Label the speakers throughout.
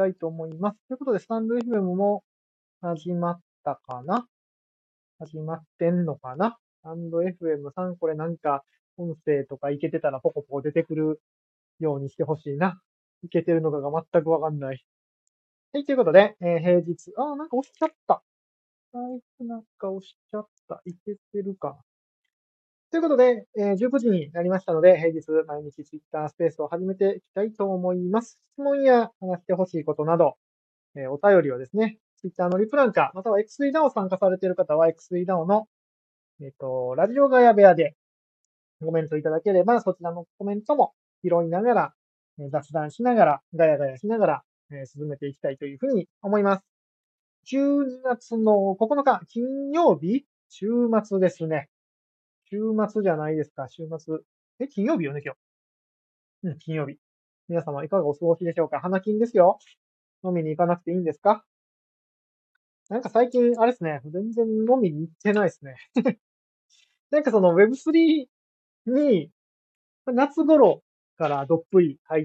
Speaker 1: たいと思います。ということで、スタンド FM も始まったかな？始まってんのかな？スタンド FM さん、これなんか、音声とかいけてたらポコポコ出てくるようにしてほしいな。いけてるのかが全くわかんない。はい、ということで、平日、なんか押しちゃった。なんか押しちゃった。いけてるか。ということで、19時になりましたので、平日毎日ツイッタースペースを始めていきたいと思います。質問や話してほしいことなど、お便りをですね、ツイッターのリプランか、または X3DAO 参加されている方は X3DAO の、ラジオガヤ部屋でコメントいただければ、そちらのコメントも拾いながら、雑談しながら、ガヤガヤしながら、進めていきたいというふうに思います。12月の9日、金曜日、週末ですね。週末じゃないですか、週末。金曜日よね、今日。金曜日。皆様いかがお過ごしでしょうか？花金ですよ。飲みに行かなくていいんですか？なんか最近、あれですね、全然飲みに行ってないですね。なんかその Web3 に、夏頃からどっぷり入って、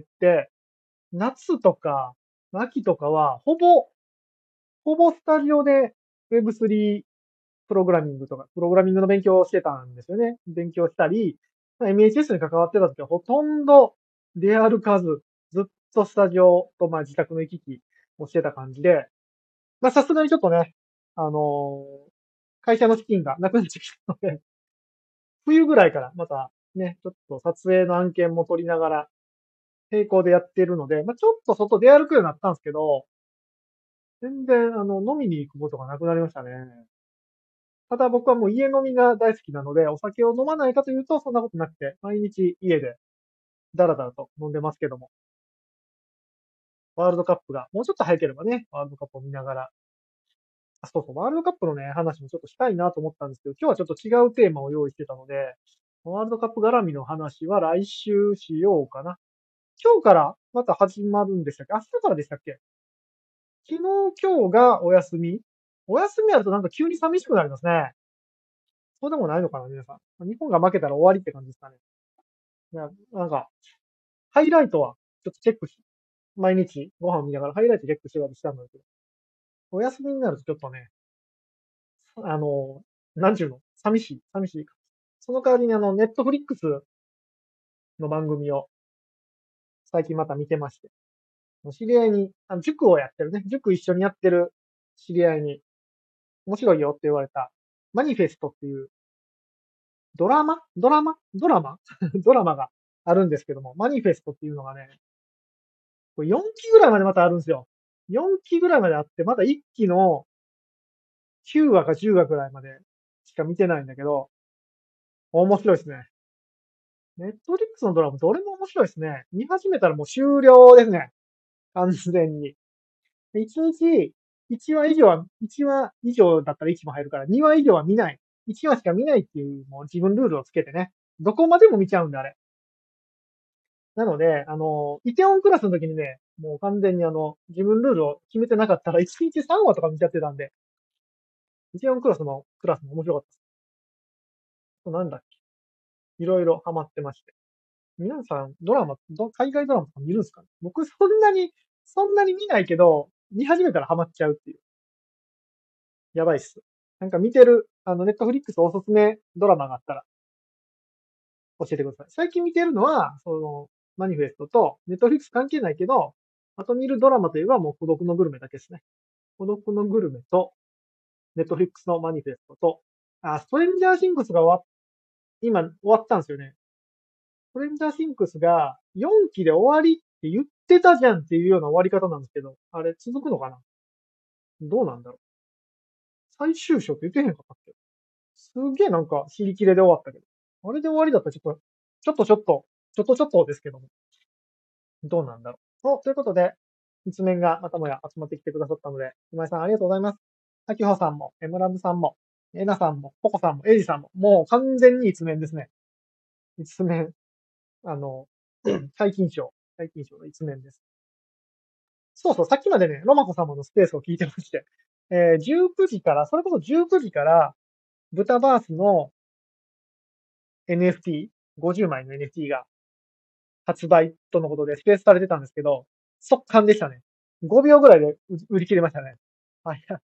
Speaker 1: 夏とか秋とかは、ほぼスタジオで Web3 プログラミングとか、プログラミングの勉強をしてたんですよね。勉強したり、MHS に関わってた時はほとんどである数、ずっとスタジオと自宅の行き来をしてた感じで、さすがにちょっとね、あのー会社の資金がなくなってきたので、冬ぐらいからまたね、ちょっと撮影の案件も取りながら、並行でやってるので、ちょっと外出歩くようになったんですけど、全然飲みに行くことがなくなりましたね。ただ僕はもう家飲みが大好きなので、お酒を飲まないかというとそんなことなくて、毎日家でダラダラと飲んでますけども、ワールドカップがもうちょっと早ければね、ワールドカップを見ながら、そうそう、ワールドカップのね、話もちょっとしたいなと思ったんですけど、今日はちょっと違うテーマを用意してたので、ワールドカップ絡みの話は来週しようかな。今日からまた始まるんでしたっけ？明日からでしたっけ？昨日、今日がお休み。お休みあるとなんか急に寂しくなりますね。そうでもないのかな、皆さん。日本が負けたら終わりって感じですかね。いや、なんか、ハイライトはちょっとチェックし、毎日ご飯を見ながらハイライトチェックしてたりしたんだけど、お休みになるとちょっとね、あの、なんちゅうの、寂しい。その代わりにネットフリックスの番組を最近また見てまして、知り合いに、塾をやってるね、塾一緒にやってる知り合いに、面白いよって言われた、マニフェストっていうドラマドラマがあるんですけども、マニフェストっていうのがね、これ4期ぐらいまでまたあるんですよ。4期ぐらいまであって、まだ1期の9話か10話ぐらいまでしか見てないんだけど、面白いですね。ネットリックスのドラマどれも面白いですね。見始めたらもう終了ですね。完全に。1日、1話以上だったら1も入るから、2話以上は見ない。1話しか見ないっていう、もう自分ルールをつけてね。どこまでも見ちゃうんで、あれ。なので、イテオンクラスの時にね、もう完全に自分ルールを決めてなかったら1日3話とか見ちゃってたんで、イテオンクラスも面白かったです。なんだっけ。いろいろハマってまして。皆さん、海外ドラマとか見るんですかね？僕そんなに見ないけど、見始めたらハマっちゃうっていう。やばいっす。なんか見てる、ネットフリックスおすすめドラマがあったら教えてください。最近見てるのは、マニフェストと、ネットフリックス関係ないけど、あと見るドラマといえばもう孤独のグルメだけですね。孤独のグルメと、ネットフリックスのマニフェストと、ストレンジャーシングスが今終わったんですよね。ストレンジャーシングスが4期で終わりって言ってたじゃんっていうような終わり方なんですけど、あれ続くのかな？どうなんだろう。最終章って言ってへんかったっけ？すげえなんか、尻切れで終わったけど。あれで終わりだったらちょっとですけども。どうなんだろう。ということで、一面がまたもや集まってきてくださったので、今井さんありがとうございます。あきほさんも、エムラブさんも、えなさんも、ポコさんも、エイジさんも、もう完全に一面ですね。一面、あの、最近章の一面です。そうそう、さっきまでね、ロマコ様のスペースを聞いてまして、19時から、それこそ19時から、ブタバースの NFT、50枚の NFT が発売とのことでスペースされてたんですけど、速乾でしたね。 5秒ぐらいで売り切れましたね。いや、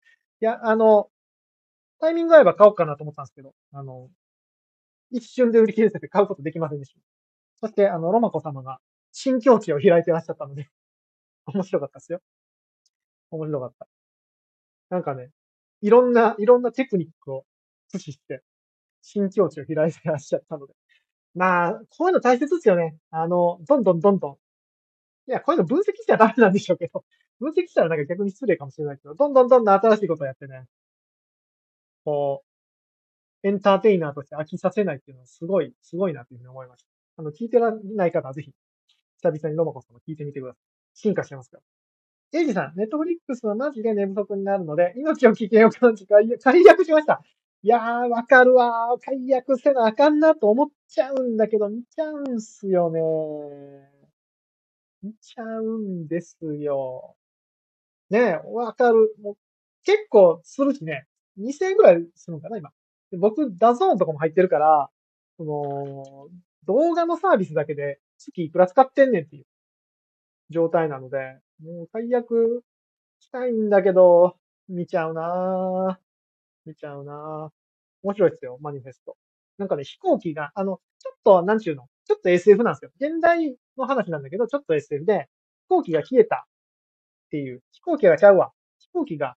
Speaker 1: タイミング合えば買おうかなと思ったんですけど、一瞬で売り切れてて買うことできませんでした。そして、ロマコ様が新境地を開いてらっしゃったので、面白かったですよ。面白かった。なんかね、いろんなテクニックを駆使して、新境地を開いてらっしゃったので。まあ、こういうの大切ですよね。どんどんどんどん。いや、こういうの分析しちゃダメなんでしょうけど、分析したらなんか逆に失礼かもしれないけど、どんどんどんどん新しいことをやってね、こエンターテイナーとして飽きさせないっていうのはすごいなというふうに思いました。聞いてない方はぜひ、久々にロマコさんも聞いてみてください。進化してますから。エイジさん、ネットフリックスはマジで寝不足になるので、命を危険を感じ、解約しました。いやー、わかるわー。解約せなあかんなと思っちゃうんだけど、見ちゃうんすよね。見ちゃうんですよ。ねえ、わかる。もう結構するしね。2000円ぐらいするのかな、今。で僕、ダゾーンとかも入ってるから、その、動画のサービスだけで月いくら使ってんねんっていう状態なので、もう解約したいんだけど、見ちゃうなぁ。見ちゃうなぁ。面白いですよ、マニフェスト。なんかね、飛行機が、ちょっと、なんちゅうの、ちょっと SF なんですよ。現代の話なんだけど、ちょっと SF で、飛行機が消えたっていう、飛行機がちゃうわ。飛行機が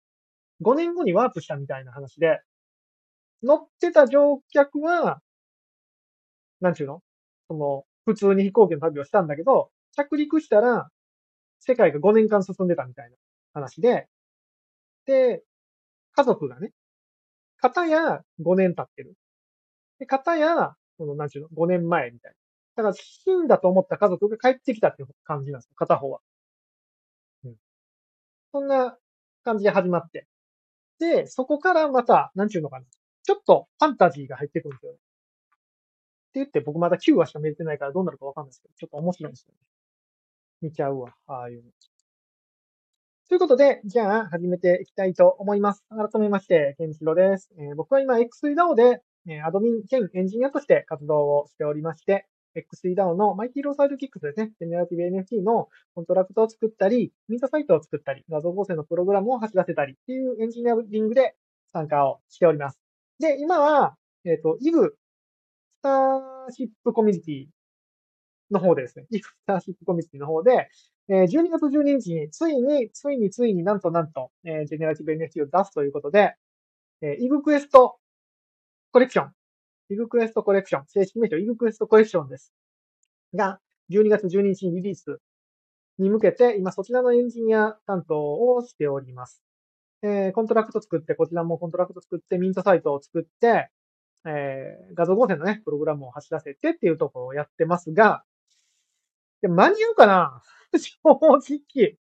Speaker 1: 5年後にワープしたみたいな話で、乗ってた乗客は、なんちゅうの普通に飛行機の旅をしたんだけど、着陸したら、世界が5年間進んでたみたいな話で、で、家族がね、片や5年経ってる。で、片や、なんちゅうの、5年前みたいな。だから死んだと思った家族が帰ってきたっていう感じなんですよ、片方は。うん。そんな感じで始まって。で、そこからまた、なんちゅうのかな。ちょっとファンタジーが入ってくるんですよね。って言って僕まだ9話しか見れてないからどうなるかわかんないですけど、ちょっと面白いんですよね。見ちゃうわ、ああいうの。ということで、じゃあ始めていきたいと思います。改めまして、ケンシロウです。僕は今 XEDAO で、アドミン兼エンジニアとして活動をしておりまして、XEDAO のマイティローサイドキックスですね、ジェネラティブ NFT のコントラクトを作ったり、ミートサイトを作ったり、画像合成のプログラムを走らせたりっていうエンジニアリングで参加をしております。で、今は、イブスターシップコミュニティの方でですね、イフターシップコミュニティの方で、12月12日についになんと、ジェネラティブ NFT を出すということで、イグクエストコレクション、イグクエストコレクション、正式名称イグクエストコレクションです。が、12月12日にリリースに向けて、今そちらのエンジニア担当をしております。コントラクト作って、こちらもコントラクト作って、ミントサイトを作って、画像合成のね、プログラムを走らせてっていうところをやってますが、で間に合うかな正直。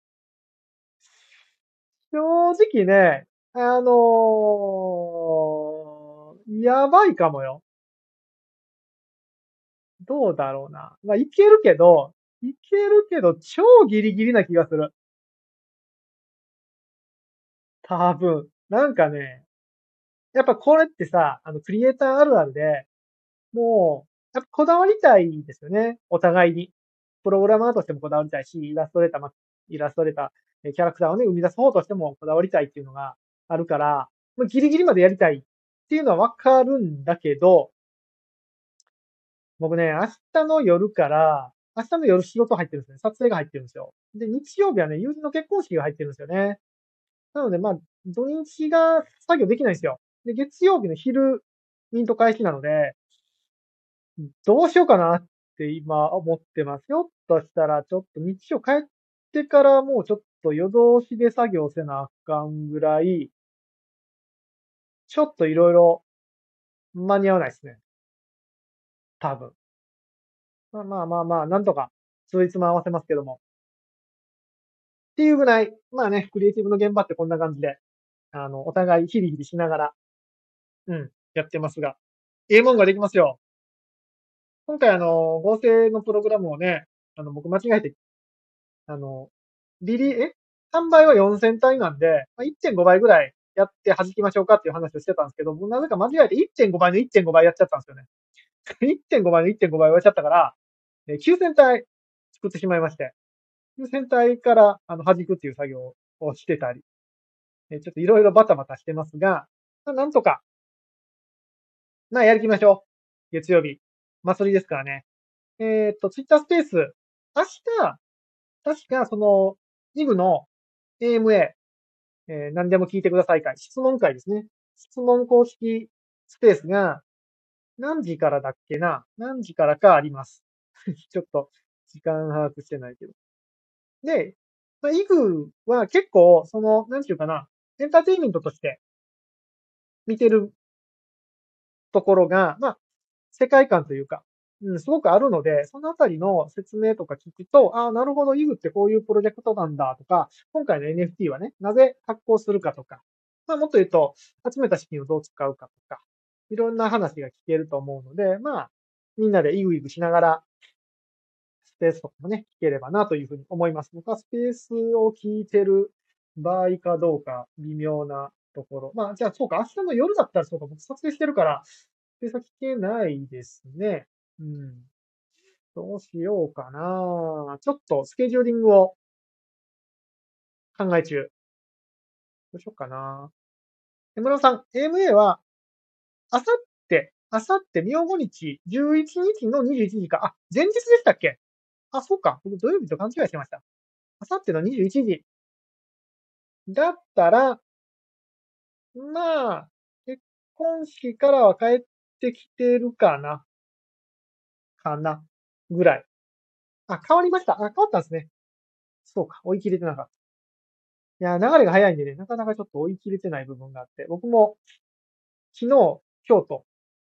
Speaker 1: 正直ね、やばいかもよ。どうだろうな。まあ、いけるけど、超ギリギリな気がする。多分。なんかね、やっぱこれってさ、クリエイターあるあるで、もう、やっぱこだわりたいですよね。お互いに。プログラマーとしてもこだわりたいし、イラストレーター、キャラクターをね、生み出す方としてもこだわりたいっていうのがあるから、まあギリギリまでやりたいっていうのはわかるんだけど、僕ね、明日の夜仕事入ってるんですね。撮影が入ってるんですよ。で、日曜日はね、友人の結婚式が入ってるんですよね。なので、まあ、土日が作業できないんですよ。で、月曜日の昼、ミント開始なので、どうしようかなって今思ってます。ひょっとしたら、ちょっと日曜帰ってからもうちょっと夜通しで作業せなあかんぐらい、ちょっといろいろ間に合わないですね。多分。まあまあまあまあ、なんとか、数日も合わせますけども。っていうぐらい、まあね、クリエイティブの現場ってこんな感じで、お互いヒリヒリしながら、やってますが、ええもんができますよ。今回合成のプログラムをね、僕間違えて、あの、リリ、え販売は4000体なんで、まあ、1.5倍ぐらいやって弾きましょうかっていう話をしてたんですけど、僕なぜか間違えて1.5倍の1.5倍やっちゃったんですよね。1.5倍の1.5倍をやっちゃったから、9000体作ってしまいまして。 船体から弾くっていう作業をしてたり、ちょっといろいろバタバタしてますが、なんとか、やりきましょう。月曜日。祭りですからね。ツイッタースペース。明日、確かイグの AMA、何でも聞いてください会、質問会ですね。質問公式スペースが何時からだっけな、何時からかあります。ちょっと時間把握してないけど。で、イグは結構、なんていうかな、エンターテインメントとして見てるところが、世界観というか、すごくあるので、そのあたりの説明とか聞くと、なるほど、イグってこういうプロジェクトなんだとか、今回の NFT はね、なぜ発行するかとか、もっと言うと、集めた資金をどう使うかとか、いろんな話が聞けると思うので、みんなでイグイグしながら、スペースとかもね、聞ければなというふうに思います。僕はスペースを聞いてる場合かどうか微妙なところ。じゃあそうか、明日の夜だったらそうか、僕撮影してるから、スペースは聞けないですね。うん。どうしようかな。ちょっとスケジューリングを考え中。どうしようかな。山村さん、AMA は、あさって、明後日、11日の21時か。前日でしたっけ？そうか。僕土曜日と勘違いしてました。あさっての21時。だったら、まあ、結婚式からは帰ってきてるかな、ぐらい。変わりました。変わったんですね。そうか。追い切れてなかった。いや、流れが早いんでね、なかなかちょっと追い切れてない部分があって、僕も昨日、今日と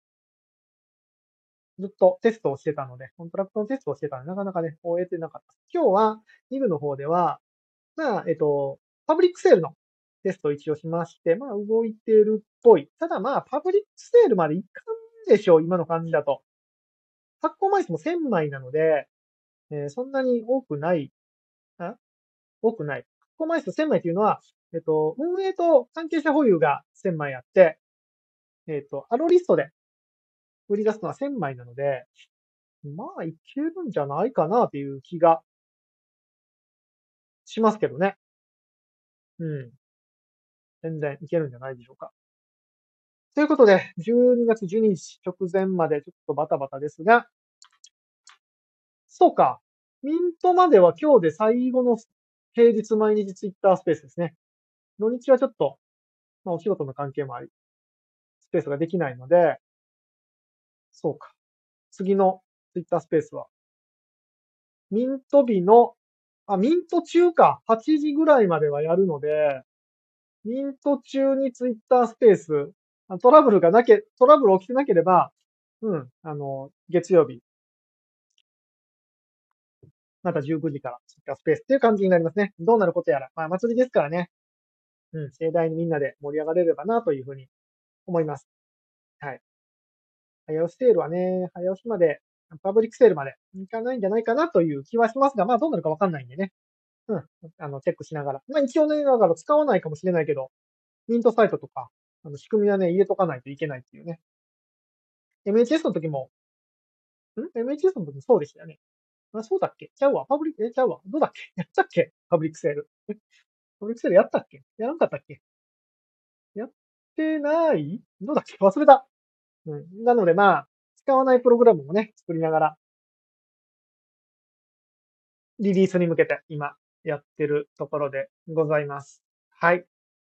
Speaker 1: ずっとテストをしてたので、コントラクトのテストをしてたので、なかなかね、終えてなかった。今日は、イグの方では、パブリックセールのテストを一応しまして、動いてるっぽい。ただパブリックセールまでいかんでしょう、今の感じだと。発行枚数も1000枚なので、そんなに多くない、多くない。発行枚数1000枚というのは、運営と関係者保有が1000枚あって、アロリストで売り出すのは1000枚なので、いけるんじゃないかなっていう気がしますけどね。うん。全然いけるんじゃないでしょうか。ということで、12月12日直前までちょっとバタバタですが、そうか。ミントまでは今日で最後の平日毎日ツイッタースペースですね。土日はちょっと、お仕事の関係もあり、スペースができないので、そうか。次のツイッタースペースは、ミント日の、ミント中か。8時ぐらいまではやるので、ミント中にツイッタースペース、トラブル起きてなければ、月曜日、また19時からツイッタースペースっていう感じになりますね。どうなることやら。祭りですからね。盛大にみんなで盛り上がれればなというふうに思います。はい。早押しセールはね、早押しまで、パブリックセールまでいかないんじゃないかなという気はしますが、どうなるかわかんないんでね。チェックしながら。一応ね、だから使わないかもしれないけど、ミントサイトとか、仕組みはね、入れとかないといけないっていうね。MHS の時も、MHS の時もそうでしたよね。そうだっけちゃうわ。ちゃうわ。どうだっけやったっけパブリックセール。パブリックセールやったっけやらんかったっけやってないどうだっけ忘れた。なので使わないプログラムもね、作りながら、リリースに向けて今やってるところでございます。はい。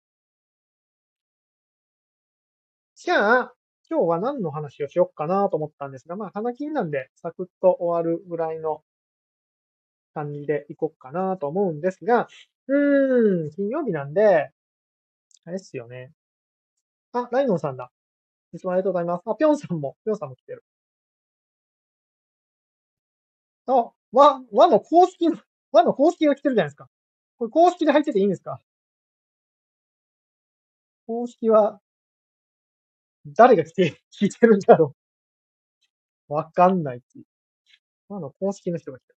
Speaker 1: じゃあ、今日は何の話をしよっかなと思ったんですが、花金なんでサクッと終わるぐらいの感じでいこうかなと思うんですが、金曜日なんで、あれっすよね。ライノンさんだ。いつもありがとうございます。ぴょんさんも来てる。和の公式が来てるじゃないですか。これ公式で入ってていいんですか？公式は、誰が来て、聞いてるんだろう。わかんないっていう。和の公式の人が来てます。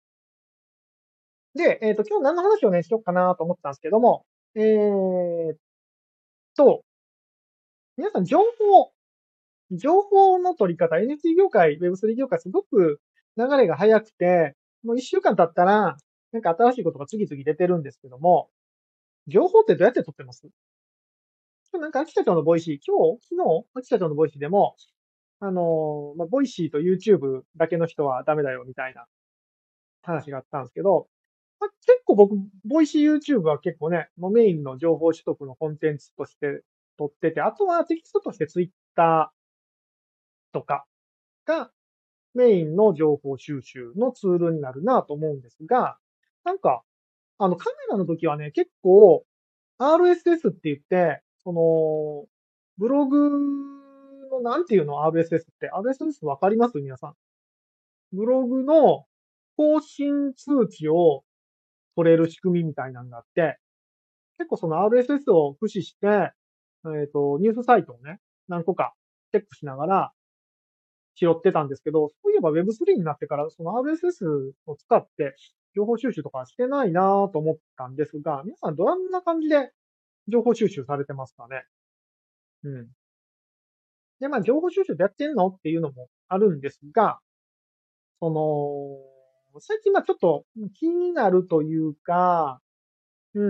Speaker 1: で、今日何の話をね、しようかなと思ったんですけども、ーっと、皆さん情報の取り方、NFT 業界、Web3 業界すごく流れが早くて、もう1週間経ったら、 なんか新しいことが次々出てるんですけども、情報ってどうやって取ってます？今日なんか秋田町のボイシー、昨日秋田町のボイシーでも、ボイシーと YouTube だけの人はダメだよみたいな話があったんですけど、結構僕、ボイシー YouTube は結構ね、もうメインの情報取得のコンテンツとして取ってて、あとはテキストとして Twitter とかがメインの情報収集のツールになるなと思うんですが、なんか、カメラの時はね、結構 RSS って言って、ブログのなんていうの RSS って。RSS わかります皆さん。ブログの更新通知を取れる仕組みみたいなのがあって、結構その RSS を駆使して、ニュースサイトをね、何個かチェックしながら拾ってたんですけど、そういえば Web3 になってからその RSS を使って情報収集とかしてないなと思ったんですが、皆さんどんな感じで情報収集されてますかね？うん。で、情報収集でやってんのっていうのもあるんですが、そ最近ちょっと気になるというか、うん、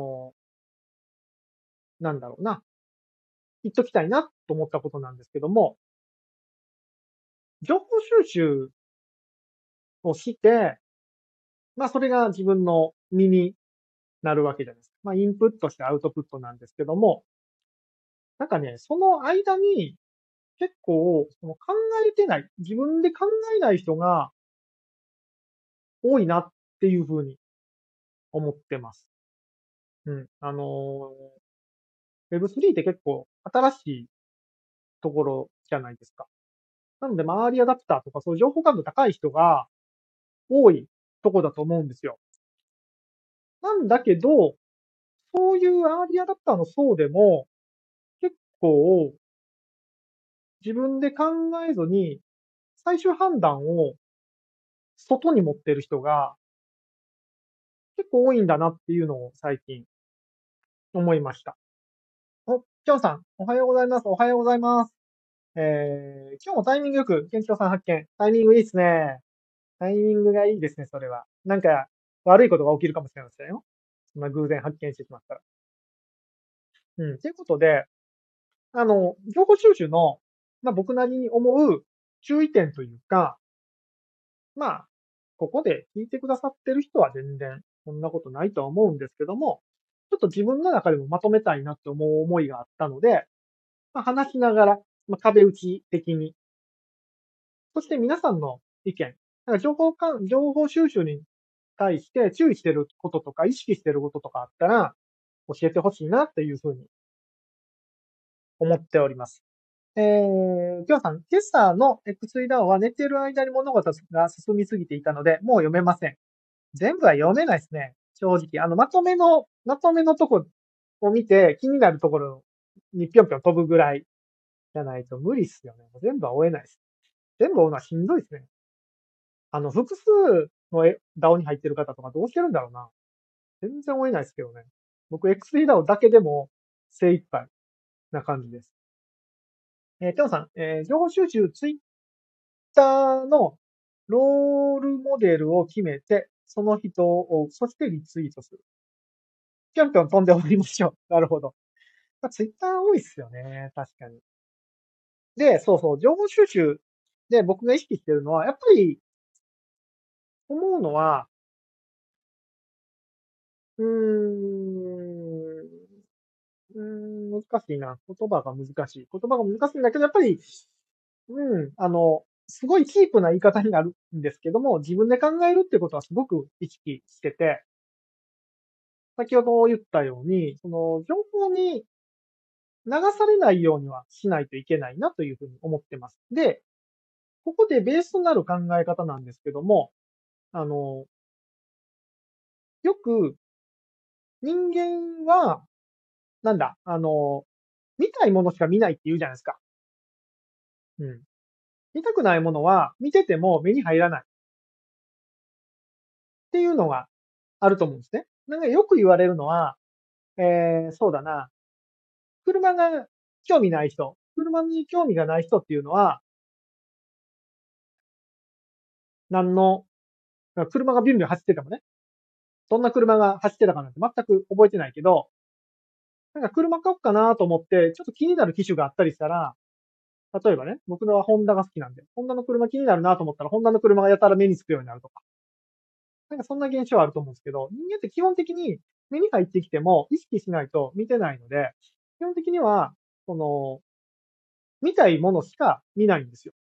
Speaker 1: なんだろうな、言っときたいなと思ったことなんですけども、情報収集をして、それが自分の身になるわけじゃないですか。インプットしてアウトプットなんですけども、なんかね、その間に結構、考えてない、自分で考えない人が多いなっていうふうに思ってます。うん。Web3 って結構新しいところじゃないですか。なので、アーリーアダプターとかそういう情報感度高い人が多いとこだと思うんですよ。なんだけど、そういうアーリーアダプターの層でも、結構自分で考えずに最終判断を外に持ってる人が結構多いんだなっていうのを最近思いました。きょんさん、おはようございます。おはようございます。今日もタイミングよく、県庁さん発見。タイミングいいですね。タイミングがいいですね、それは。なんか、悪いことが起きるかもしれませんよ。偶然発見してしまったら。うん。ということで、情報収集の、僕なりに思う注意点というか、まあ、ここで聞いてくださってる人は全然、そんなことないとは思うんですけども、ちょっと自分の中でもまとめたいなって思う思いがあったので、話しながら、壁打ち的に、そして皆さんの意見、なんか情報収集に対して注意してることとか意識してることとかあったら、教えてほしいなっていうふうに思っております。きょうさん、今朝の X リーダーは寝てる間に物事が進みすぎていたので、もう読めません。全部は読めないですね。正直。まとめのとこを見て気になるところにぴょんぴょん飛ぶぐらいじゃないと無理っすよね。全部は追えないです。全部追うのはしんどいですね。複数のDAO に入ってる方とかどうしてるんだろうな。全然追えないですけどね。僕 XP DAO だけでも精一杯な感じです。テオさん、情報収集ツイッターのロールモデルを決めて、その人を追う、そしてリツイートする。ぴょんぴょん飛んでおりましょう。なるほど。ツイッター多いっすよね。確かに。で、そうそう、情報収集で僕が意識してるのは、やっぱり思うのは、うーん、難しいな。言葉が難しい。言葉が難しいんだけど、やっぱり、すごいキープな言い方になるんですけども、自分で考えるってことはすごく意識してて、先ほど言ったように、その情報に流されないようにはしないといけないなというふうに思ってます。で、ここでベースとなる考え方なんですけども、あの、よく人間は、なんだ、見たいものしか見ないって言うじゃないですか。うん。見たくないものは見てても目に入らないっていうのがあると思うんですね。なんかよく言われるのは、そうだな、車が興味ない人、車に興味がない人っていうのは、何の、車がビュンビュン走っててもね。 どんな車が走ってたかなんて全く覚えてないけど、なんか車買おうかなと思って、ちょっと気になる機種があったりしたら、例えばね、僕のはホンダが好きなんで、ホンダの車気になるなと思ったら、ホンダの車がやたら目につくようになるとか。なんかそんな現象はあると思うんですけど、人間って基本的に目に入ってきても意識しないと見てないので、基本的には、その、見たいものしか見ないんですよ。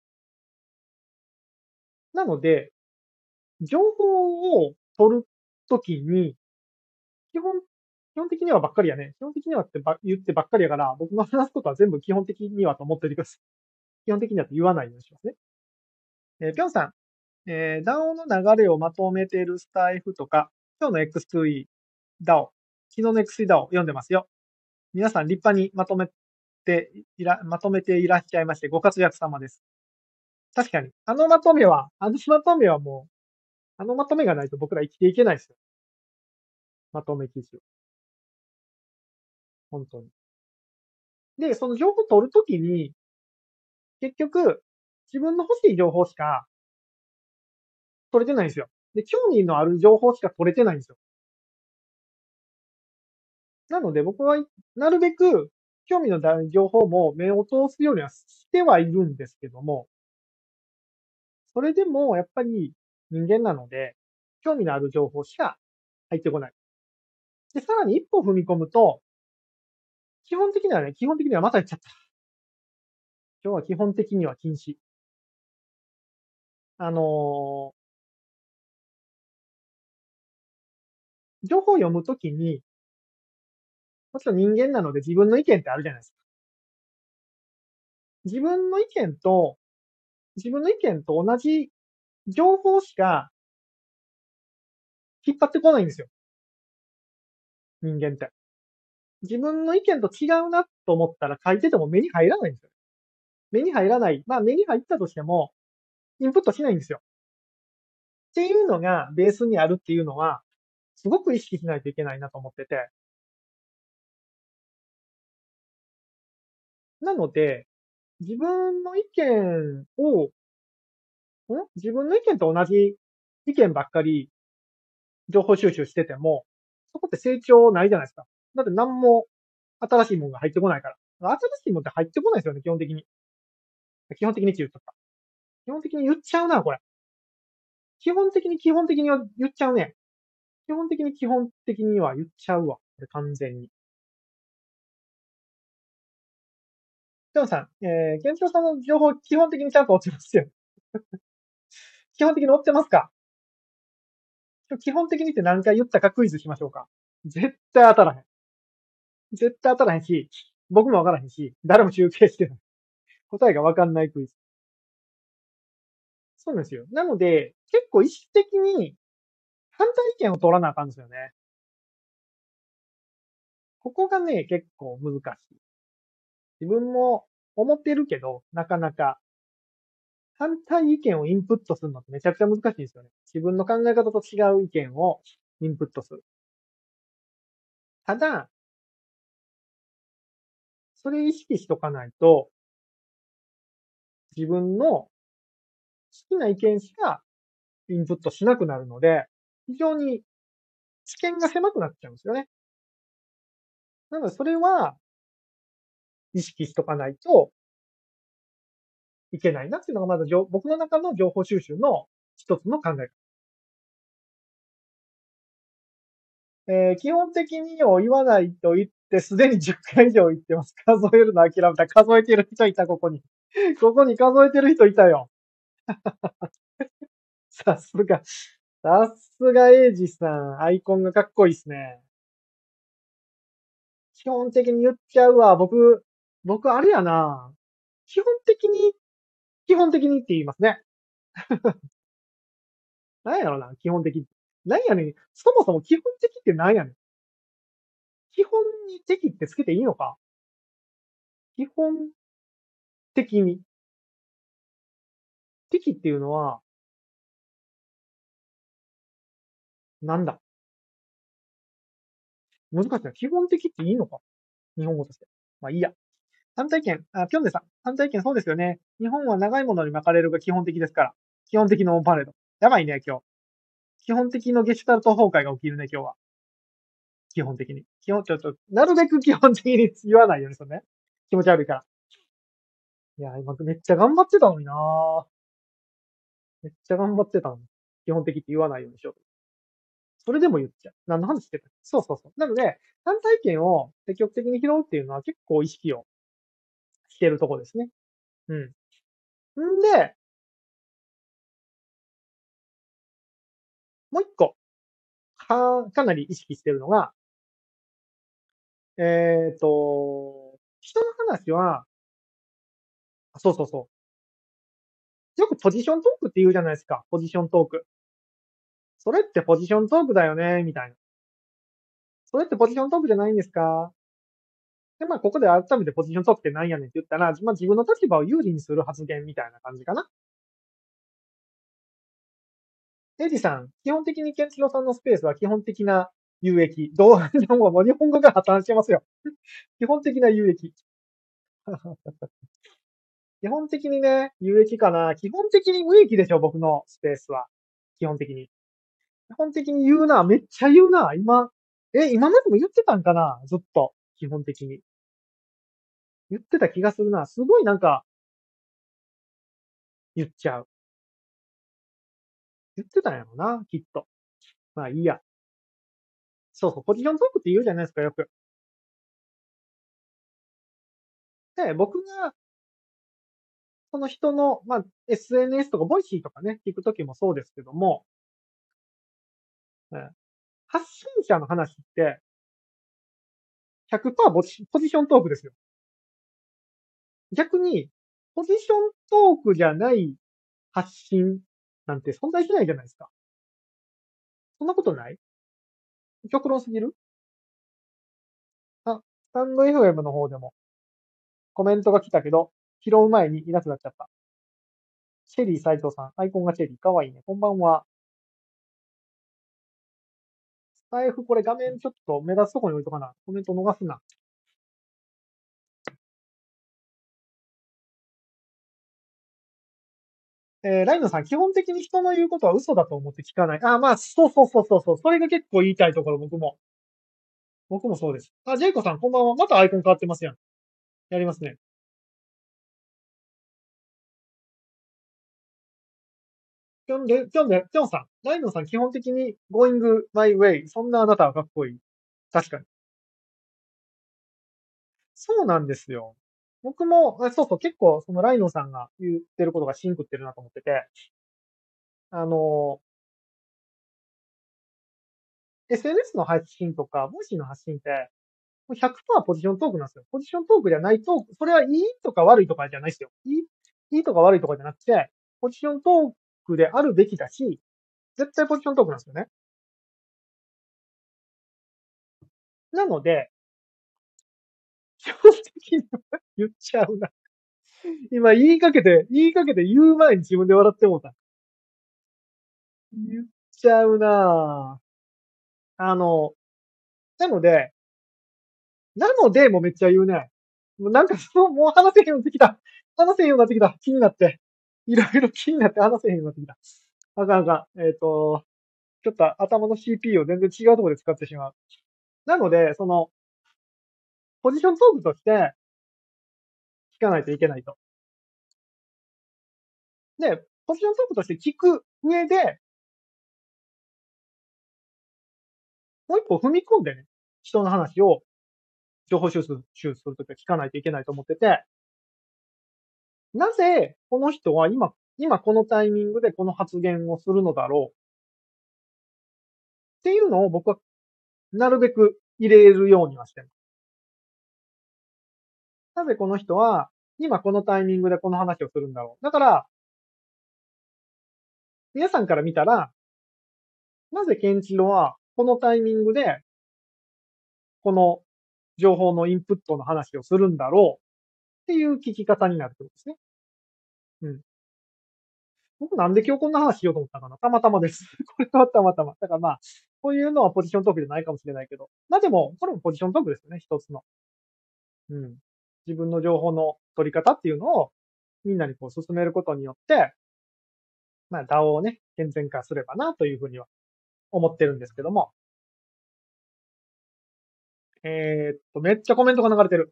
Speaker 1: なので、情報を取るときに、基本、基本的にはばっかりやね。基本的にはって言ってばっかりやから、僕の話すことは全部基本的にはと思っておいてください。基本的にはと言わないようにしますね。ぴょんさん、DAO の流れをまとめているスタイフとか、今日の X2E DAO、昨日の X2E DAO 読んでますよ。皆さん立派にまとめていらっしゃいまして、ご活躍様です。確かに、あのまとめはもう、あのまとめがないと僕ら生きていけないですよ。まとめ記事を。本当に。で、その情報を取るときに、結局、自分の欲しい情報しか取れてないんですよ。で、興味のある情報しか取れてないんですよ。なので僕は、なるべく、興味のある情報も目を通すようにはしてはいるんですけども、それでも、やっぱり人間なので、興味のある情報しか入ってこない。で、さらに一歩踏み込むと、基本的にはまた言っちゃった。今日は基本的には禁止。あの情報を読むときに、もちろん人間なので自分の意見ってあるじゃないですか。自分の意見と、自分の意見と同じ情報しか引っ張ってこないんですよ。人間って。自分の意見と違うなと思ったら書いてても目に入らないんですよ。目に入らない。まあ目に入ったとしても、インプットしないんですよ。っていうのがベースにあるっていうのは、すごく意識しないといけないなと思ってて。なので、自分の意見を、自分の意見と同じ意見ばっかり情報収集してても、そこって成長ないじゃないですか。だって何も新しいものが入ってこないから。新しいものって入ってこないですよね、基本的に。基本的にって言っとった。基本的に言っちゃうな、これ。基本的には言っちゃうね。基本的には言っちゃうわ。これ完全に。でもさん、ケンチロさんの情報基本的にちゃんと落ちますよ。基本的に追ってますか？基本的にって何回言ったかクイズしましょうか。絶対当たらへん。絶対当たらへんし、僕もわからへんし、誰も集計してない。答えがわかんないクイズ。そうなんですよ。なので、結構意識的に反対意見を取らなあかんですよね。ここがね、結構難しい。自分も思ってるけど、なかなか反対意見をインプットするのってめちゃくちゃ難しいんですよね。自分の考え方と違う意見をインプットする。ただ、それ意識しとかないと、自分の好きな意見しかインプットしなくなるので、非常に知見が狭くなっちゃうんですよね。なので、それは意識しとかないといけないなっていうのがまず僕の中の情報収集の一つの考え方。基本的にを言わないと言って、すでに10回以上言ってます。数えるの諦めた。数えてる人いた、ここに。ここに数えてる人いたよ。さすが。さすがエイジさん。アイコンがかっこいいですね。基本的に言っちゃうわ。僕あれやな。基本的に、基本的にって言いますね。なんやろな、基本的。なんやねん。そもそも基本的ってなんやねん。基本に的ってつけていいのか？基本的に。的っていうのは、なんだ？難しいな。基本的っていいのか？日本語として。まあいいや。反対意見、ピョンデさん。反対意見そうですよね。日本は長いものに巻かれるが基本的ですから。基本的のオンパレード。やばいね、今日。 基本的のゲシュタルト崩壊が起きるね、今日は。基本的に。ちょっと、なるべく基本的に言わないようにするね。気持ち悪いから。いや、今めっちゃ頑張ってたのになぁ。めっちゃ頑張ってたのに。基本的って言わないようにしようと。それでも言っちゃう。何の話してた？そうそうそう。なので、反対意見を積極的に拾うっていうのは結構意識をしてるところですね。うん。んで、もう一個、かなり意識してるのが、人の話は、そうそうそう。よくポジショントークって言うじゃないですか。ポジショントーク。それってポジショントークだよね、みたいな。それってポジショントークじゃないんですか？で、まあ、ここで改めてポジショントークって何やねんって言ったら、まあ、自分の立場を有利にする発言みたいな感じかな。エイジさん、基本的にケンチロさんのスペースは基本的な有益。もう日本語が破綻してますよ。基本的な有益。基本的にね、有益かな。基本的に無益でしょ、僕のスペースは。基本的に。基本的に言うな。めっちゃ言うな。今までも言ってたんかな、ずっと。基本的に。言ってた気がするな。すごいなんか、言っちゃう。言ってたんやろな、きっと。まあいいや。そうそう、ポジショントークって言うじゃないですか、よく。で、僕が、その人の、まあ、SNS とか、ボイシーとかね、聞くときもそうですけども、発信者の話って、100%ポジショントークですよ。逆に、ポジショントークじゃない発信なんて存在しないじゃないですか。そんなことない？極論すぎる？スタンド FM の方でもコメントが来たけど、拾う前にいなくなっちゃった。チェリー斎藤さん、アイコンがチェリー、かわいいね。こんばんは。スタイフこれ画面ちょっと目立つところに置いとかな。コメント逃すな。ライノさん、基本的に人の言うことは嘘だと思って聞かない。まあ、そうそうそうそうそう。それが結構言いたいところ、僕も。僕もそうです。ジェイコさん、こんばんは。またアイコン変わってますやん。やりますね。ぴょんさん。ライノさん、基本的に going my way。そんなあなたはかっこいい。確かに。そうなんですよ。僕も、そうそう、結構、そのライノさんが言ってることがシンクってるなと思ってて、あの、SNS の発信とか、ボイシーの発信って、100%ポジショントークなんですよ。ポジショントークじゃないと、それはいいとか悪いとかじゃないですよ。いいとか悪いとかじゃなくて、ポジショントークであるべきだし、絶対ポジショントークなんですよね。なので、基本的に言っちゃうな。今言いかけて言う前に自分で笑ってもうた。言っちゃうなぁ。なので、もうめっちゃ言うね。もうなんかもう話せへんようになってきた。話せへんようになってきた。気になって。いろいろ気になって話せへんようになってきた。あかんあかん。ちょっと頭の CPU を全然違うところで使ってしまう。なので、ポジショントークとして聞かないといけないと。で、ポジショントークとして聞く上で、もう一歩踏み込んでね、人の話を情報収集するときは聞かないといけないと思ってて、なぜこの人は今このタイミングでこの発言をするのだろうっていうのを僕はなるべく入れるようにはしてる。なぜこの人は今このタイミングでこの話をするんだろう。だから、皆さんから見たら、なぜケンチロはこのタイミングでこの情報のインプットの話をするんだろうっていう聞き方になるってことですね。うん。僕なんで今日こんな話しようと思ったかな？たまたまです。これはたまたま。だからまあ、こういうのはポジショントークじゃないかもしれないけど。まあでも、これもポジショントークですよね、一つの。うん。自分の情報の取り方っていうのをみんなにこう進めることによって、まあ DAO をね、健全化すればなというふうには思ってるんですけども。めっちゃコメントが流れてる。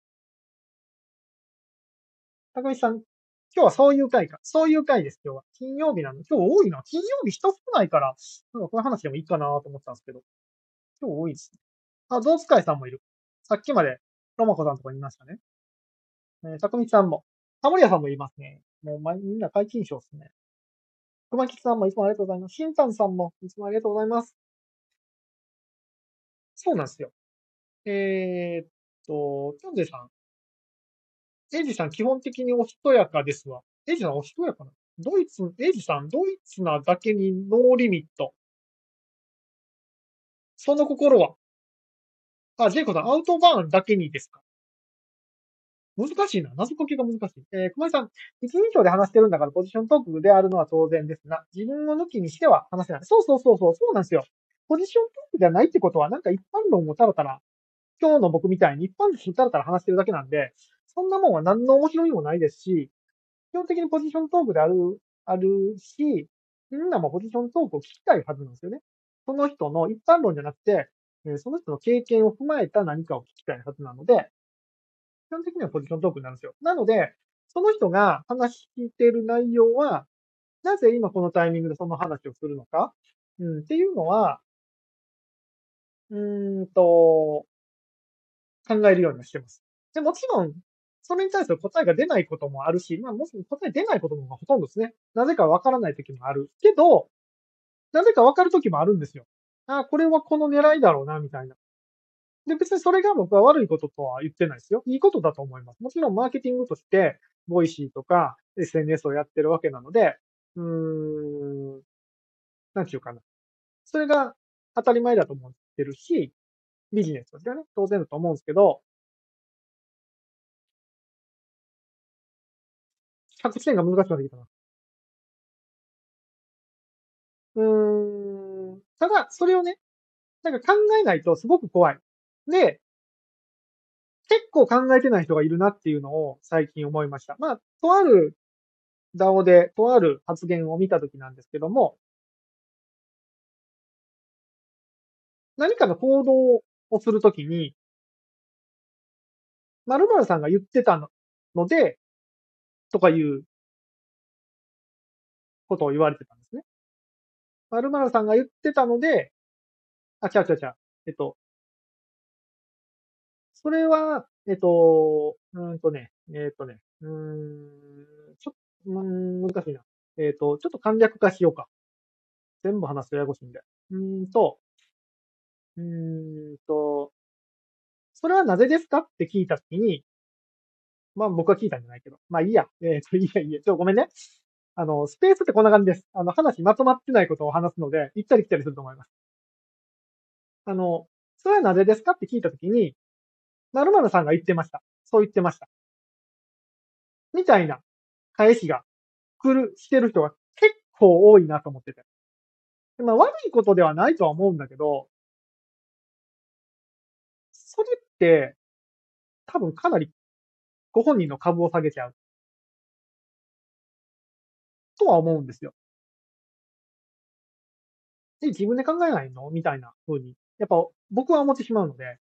Speaker 1: 高橋さん、今日はそういう回か。そういう回です、今日は。金曜日なの。今日多いな。金曜日人少ないから、なんかこういう話でもいいかなと思ったんですけど。今日多いですね。あ、ゾウスカイさんもいる。さっきまで、ロマコさんとかいましたね。たくみさんも。タモリアさんもいますね。もう、みんな解禁賞ですね。熊吉さんもいつもありがとうございます。しんたんさんもいつもありがとうございます。そうなんですよ。キョンゼさん。エイジさん基本的におしとやかですわ。エイジさんおしとやかな。エイジさん、ドイツなだけにノーリミット。その心は。あ、ジェイコさん、アウトバーンだけにですか？難しいな。謎解きが難しい。熊井さん、一人称で話してるんだからポジショントークであるのは当然ですが、自分を抜きにしては話せない。そうなんですよ。ポジショントークじゃないってことは、なんか一般論をたらたら、今日の僕みたいに一般論をたらたら話してるだけなんで、そんなもんは何の面白みもないですし、基本的にポジショントークであるし、みんなもポジショントークを聞きたいはずなんですよね。その人の一般論じゃなくて、その人の経験を踏まえた何かを聞きたいはずなので、基本的にはポジショントークになるんですよ。なので、その人が話している内容は、なぜ今このタイミングでその話をするのか、っていうのは、うーんと、考えるようにしてます。で、もちろん、それに対する答えが出ないこともあるし、もし答え出ないことの方がほとんどですね。なぜかわからない時もある。けど、なぜかわかる時もあるんですよ。あ、これはこの狙いだろうな、みたいな。で、別にそれが僕は悪いこととは言ってないですよ。いいことだと思います。もちろんマーケティングとして、ボイシーとか SNS をやってるわけなので、なんていうかな。それが当たり前だと思ってるし、ビジネスとしてはね、当然だと思うんですけど、着地点が難しくなってきたな。ただ、それをね、なんか考えないとすごく怖い。で、結構考えてない人がいるなっていうのを最近思いました。とある DAO で、とある発言を見たときなんですけども、何かの行動をするときに、〇〇さんが言ってたので、とかいうことを言われてたんですね。〇〇さんが言ってたので、違う。それは、ちょっと、難しいな。ちょっと簡略化しようか。全部話すとややこしいんで。うーんと、うーんと、それはなぜですかって聞いたときに、僕は聞いたんじゃないけど。いいや。いや。ごめんね。スペースってこんな感じです。話まとまってないことを話すので、行ったり来たりすると思います。あの、それはなぜですかって聞いたときに、〇〇さんが言ってました。そう言ってました。みたいな返しがしてる人が結構多いなと思ってて。悪いことではないとは思うんだけど、それって多分かなりご本人の株を下げちゃうとは思うんですよ。自分で考えないのみたいな風に、やっぱ僕は思ってしまうので、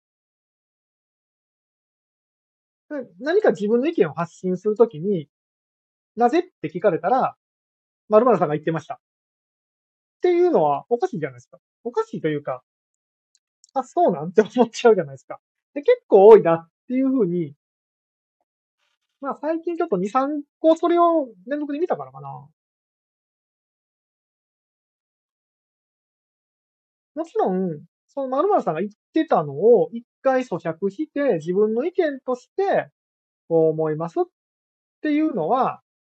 Speaker 1: 何か自分の意見を発信するときに、なぜって聞かれたら、〇〇さんが言ってました。っていうのはおかしいじゃないですか。おかしいというか、そうなんって思っちゃうじゃないですか。で、結構多いなっていう風に、最近ちょっと2、3個それを連続で見たからかな。もちろん、その〇〇さんが言ってたのを一回咀嚼して自分の意見としてこう思いますっていうの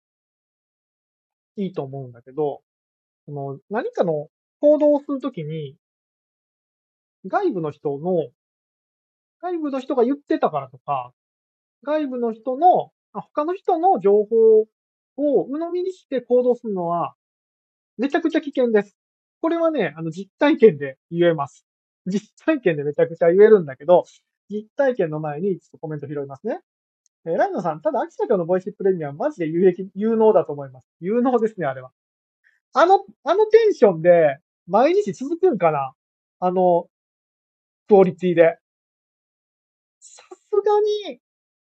Speaker 1: はいいと思うんだけど、何かの行動をするときに外部の人の、外部の人が言ってたからとか、外部の人の、他の人の情報を鵜呑みにして行動するのはめちゃくちゃ危険です。これはね、実体験で言えます。実体験でめちゃくちゃ言えるんだけど、実体験の前にちょっとコメント拾いますね。ライノさん、ただ、秋田教のボイスプレミアムマジで有能だと思います。有能ですね、あれは。あのテンションで、 毎日続くんかな、あの、クオリティで。さすがに、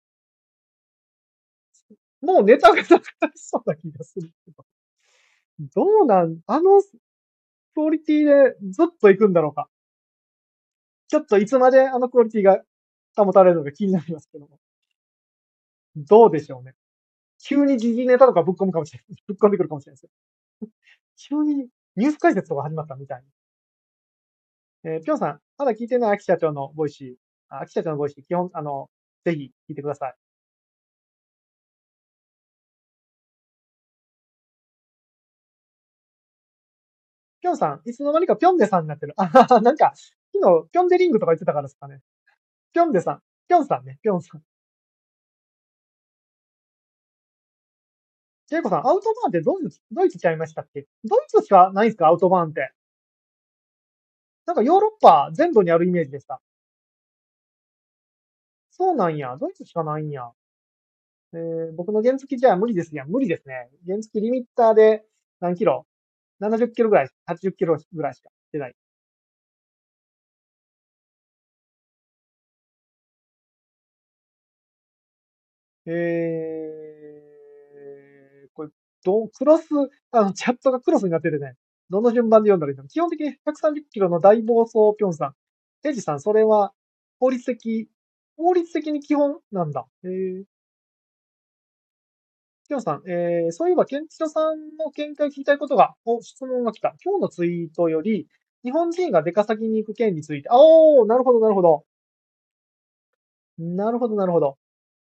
Speaker 1: もうネタがなくなりそうな気がするけど。どうあのクオリティでずっと行くんだろうか。ちょっといつまであのクオリティが保たれるのか気になりますけども。どうでしょうね。急に時事ネタとかぶっ込むかもしれない。ぶっ込んでくるかもしれないですよ。急にニュース解説とか始まったみたいぴょんさん、まだ聞いてない秋社長のボイシー、秋社長のボイシー、基本、ぜひ聞いてください。ぴょんさん、いつの間にかぴょんでさんになってる。あはは、なんか、昨日、ぴょんでリングとか言ってたからですかね。ぴょんでさん。ぴょんさんね、ぴょんさん。ジェイコさん、アウトバーンってドイツちゃいましたっけ？ドイツしかないんですか、アウトバーンって。なんかヨーロッパ全土にあるイメージでした。そうなんや。ドイツしかないんや。僕の原付じゃ無理ですやん。無理ですね。原付リミッターで何キロ？ 70 キロぐらい、80キロぐらいしか出ない。これ、クロス、チャットがクロスになっててね。どの順番で読んだらいいの？基本的に130キロの大暴走ぴょんさん。エイジさん、それは法律的、法律的に基本なんだ。ぴょんさん、そういえば、ケンチロさんの見解聞きたいことが、質問が来た。今日のツイートより、日本人が出稼ぎに行く件について、なるほど、なるほど。なるほど、なるほど。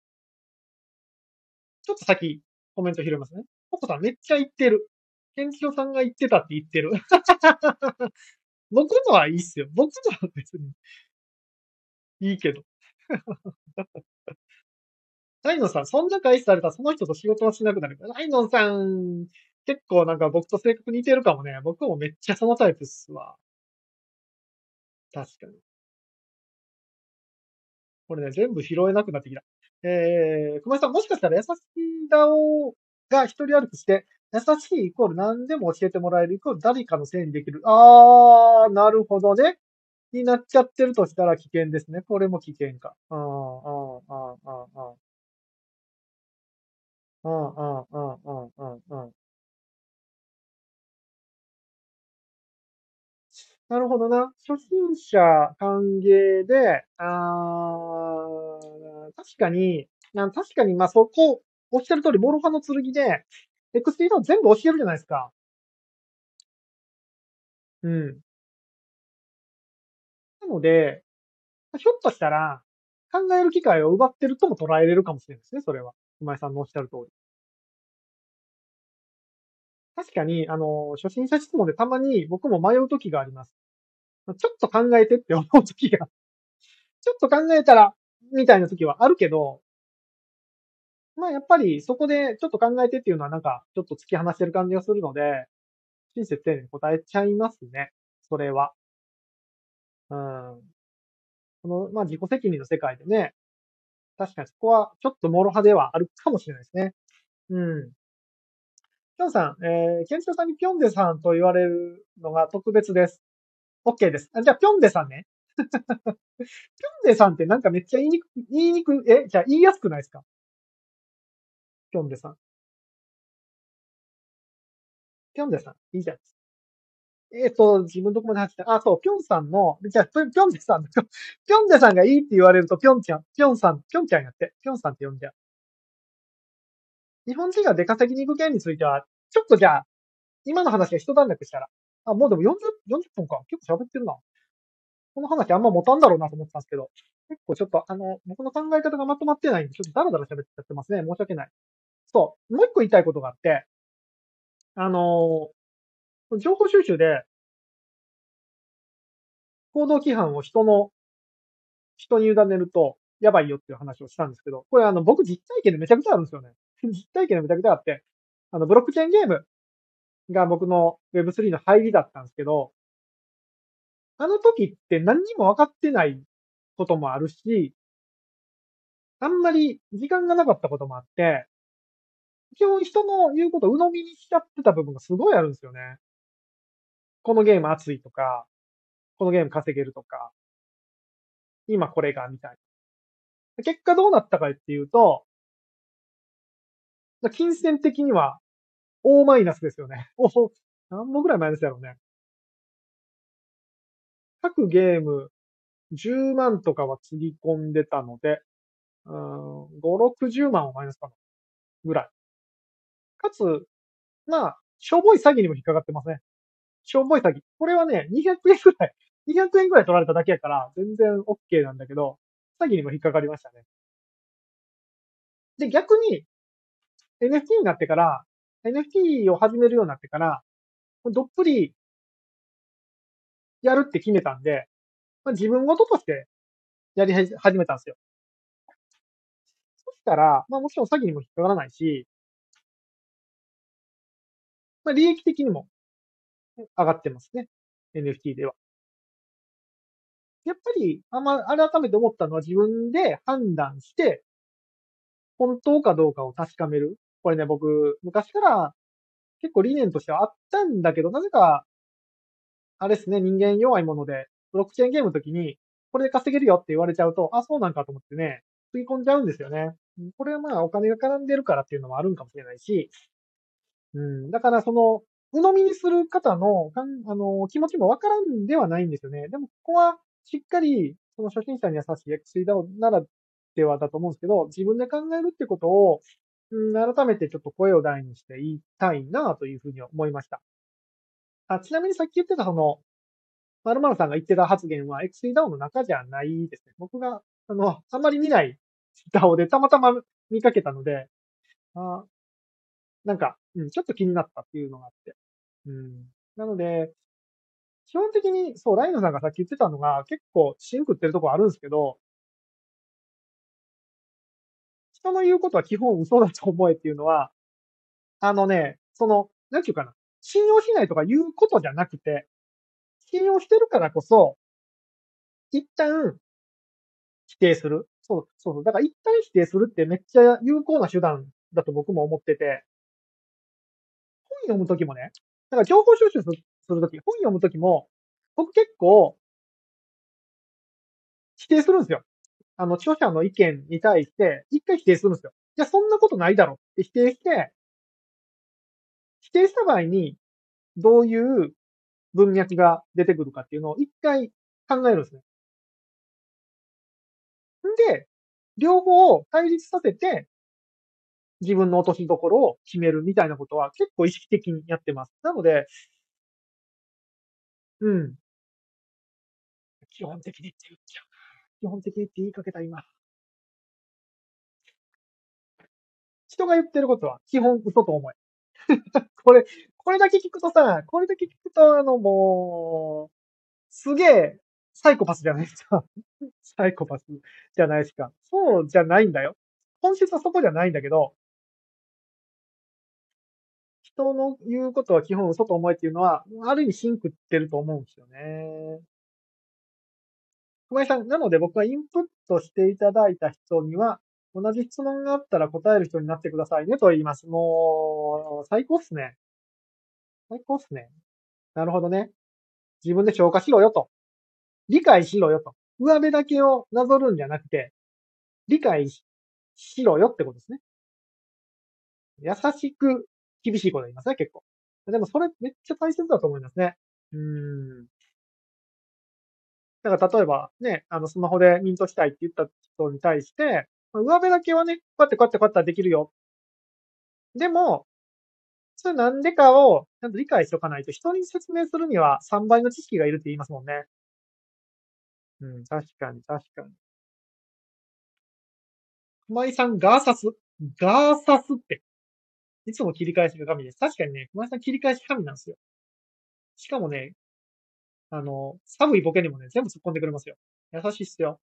Speaker 1: ちょっと先、コメント拾いますね。ポコさんめっちゃ言ってる。ケンチロさんが言ってたって言ってる。僕のはいいっすよ。僕のは別にいいけど。ライノンさん、そんな返しされたらその人と仕事はしなくなる。ライノンさん、結構なんか僕と性格似てるかもね。僕もめっちゃそのタイプっすわ。確かに。これね、全部拾えなくなってきた。熊井さん、もしかしたら優しい顔が一人歩きして、優しいイコール何でも教えてもらえるイコール誰かのせいにできる。なるほどね。になっちゃってるとしたら危険ですね。これも危険か。なるほどな。初心者歓迎で、確かに、確かに、まあ、そこ、おっしゃる通り、モロハの剣で、XP の全部教えるじゃないですか。うん。なので、ひょっとしたら、考える機会を奪ってるとも捉えれるかもしれないですね、それは。今井さんのおっしゃる通り。確かに、初心者質問でたまに僕も迷う時があります。ちょっと考えてって思う時が、ちょっと考えたら、みたいな時はあるけど、まあやっぱりそこでちょっと考えてっていうのはなんか、ちょっと突き放してる感じがするので、親切丁寧に答えちゃいますね。それは。うん。まあ自己責任の世界でね、確かにそこはちょっと諸刃ではあるかもしれないですね。うん。ピョンさん、ケンチロさんにピョンデさんと言われるのが特別です。OK です。じゃあ、ピョンデさんね。ピョンデさんってなんかめっちゃ言いにく、じゃあ言いやすくないですか？ピョンデさん。ピョンデさん。いいじゃん。自分どこまで話して、そう、ピョンさんの、じゃあ、ピョンデさん、ピョンデさんがいいって言われると、ピョンちゃん、ピョンさん、ピョンちゃんやって、ピョンさんって呼んじゃう。日本人が出稼ぎに行く件については、ちょっとじゃあ、今の話が一段落したら、もうでも40分か。結構喋ってるな。この話あんま持たんだろうなと思ってたんですけど、結構ちょっと僕の考え方がまとまってないんで、ちょっとダラダラ喋っちゃってますね。申し訳ない。そう。もう一個言いたいことがあって、あの情報収集で行動規範を人に委ねると、やばいよっていう話をしたんですけど、これ僕実体験でめちゃくちゃあるんですよね。実体験でめちゃくちゃあって、ブロックチェーンゲームが僕の Web3 の入りだったんですけど、あの時って何にも分かってないこともあるし、あんまり時間がなかったこともあって、基本人の言うことを鵜呑みにしちゃってた部分がすごいあるんですよね。 このゲーム熱いとか、このゲーム稼げるとか、今これが、みたいな。結果どうなったかっていうと、金銭的には大マイナスですよね。何本ぐらいマイナスやろうね。各ゲーム10万とかはつぎ込んでたので、5、60万はマイナスかなぐらい。かつ、まあ、しょぼい詐欺にも引っかかってますね。しょぼい詐欺。これはね、200円ぐらい、200円ぐらい取られただけやから、全然 OK なんだけど、詐欺にも引っかかりましたね。で、逆に、NFT になってから、NFT を始めるようになってから、どっぷりやるって決めたんで、自分事としてやり始めたんですよ。そしたら、もちろん詐欺にも引っかからないし、利益的にも上がってますね。NFT では。やっぱり、改めて思ったのは自分で判断して、本当かどうかを確かめる。これね、僕、昔から結構理念としてはあったんだけど、なぜか、あれですね、人間弱いもので、ブロックチェーンゲームの時に、これで稼げるよって言われちゃうと、あ、そうなんかと思ってね、食い込んじゃうんですよね。これはお金が絡んでるからっていうのもあるんかもしれないし、だから鵜呑みにする方の、気持ちもわからんではないんですよね。でも、ここは、しっかり、その初心者に優しい XCDAO ならではだと思うんですけど、自分で考えるってことを、改めてちょっと声を大にして言いたいなというふうに思いました。ちなみにさっき言ってた〇〇さんが言ってた発言は XCDAO の中じゃないですね。僕が、あまり見ない DAO でたまたま見かけたので、あちょっと気になったっていうのがあって。なので、基本的に、そう、ライノさんがさっき言ってたのが、結構、シンクってるとこあるんですけど、人の言うことは基本嘘だと思えっていうのは、なんていうかな、信用しないとか言うことじゃなくて、信用してるからこそ、一旦否定する。そう。だから一旦否定するってめっちゃ有効な手段だと僕も思ってて、本読むときもね、だから情報収集するとき、本読むときも、僕結構否定するんですよ。著者の意見に対して、一回否定するんですよ。じゃあそんなことないだろって否定して、否定した場合に、どういう文脈が出てくるかっていうのを一回考えるんですね。で、両方を対立させて、自分の落としどころを決めるみたいなことは結構意識的にやってます。なので、うん。基本的にって言っちゃう。基本的にって言いかけた今。人が言ってることは基本嘘と思え。これ、これだけ聞くとさ、これだけ聞くともう、すげえ、サイコパスじゃないですか。サイコパスじゃないですか。そうじゃないんだよ。本質はそこじゃないんだけど、人の言うことは基本嘘と思えっていうのは、ある意味シンクってると思うんですよね。熊井さん、なので僕はインプットしていただいた人には、同じ質問があったら答える人になってくださいねと言います。もう、最高っすね。最高っすね。なるほどね。自分で消化しろよと。理解しろよと。上辺だけをなぞるんじゃなくて、理解しろよってことですね。優しく厳しいこと言いますね、結構。でもそれめっちゃ大切だと思いますね。うーん。だから例えばね、スマホでミントしたいって言った人に対して、上辺だけはね、こうやってできるよ。でも、それなんでかをちゃんと理解しておかないと、人に説明するには3倍の知識がいるって言いますもんね。確かに、確かに。熊井さん、ガーサスって、いつも切り返しが神です。確かにね、熊井さん切り返し神なんですよ。しかもね、寒いボケにもね、全部突っ込んでくれますよ。優しいっすよ。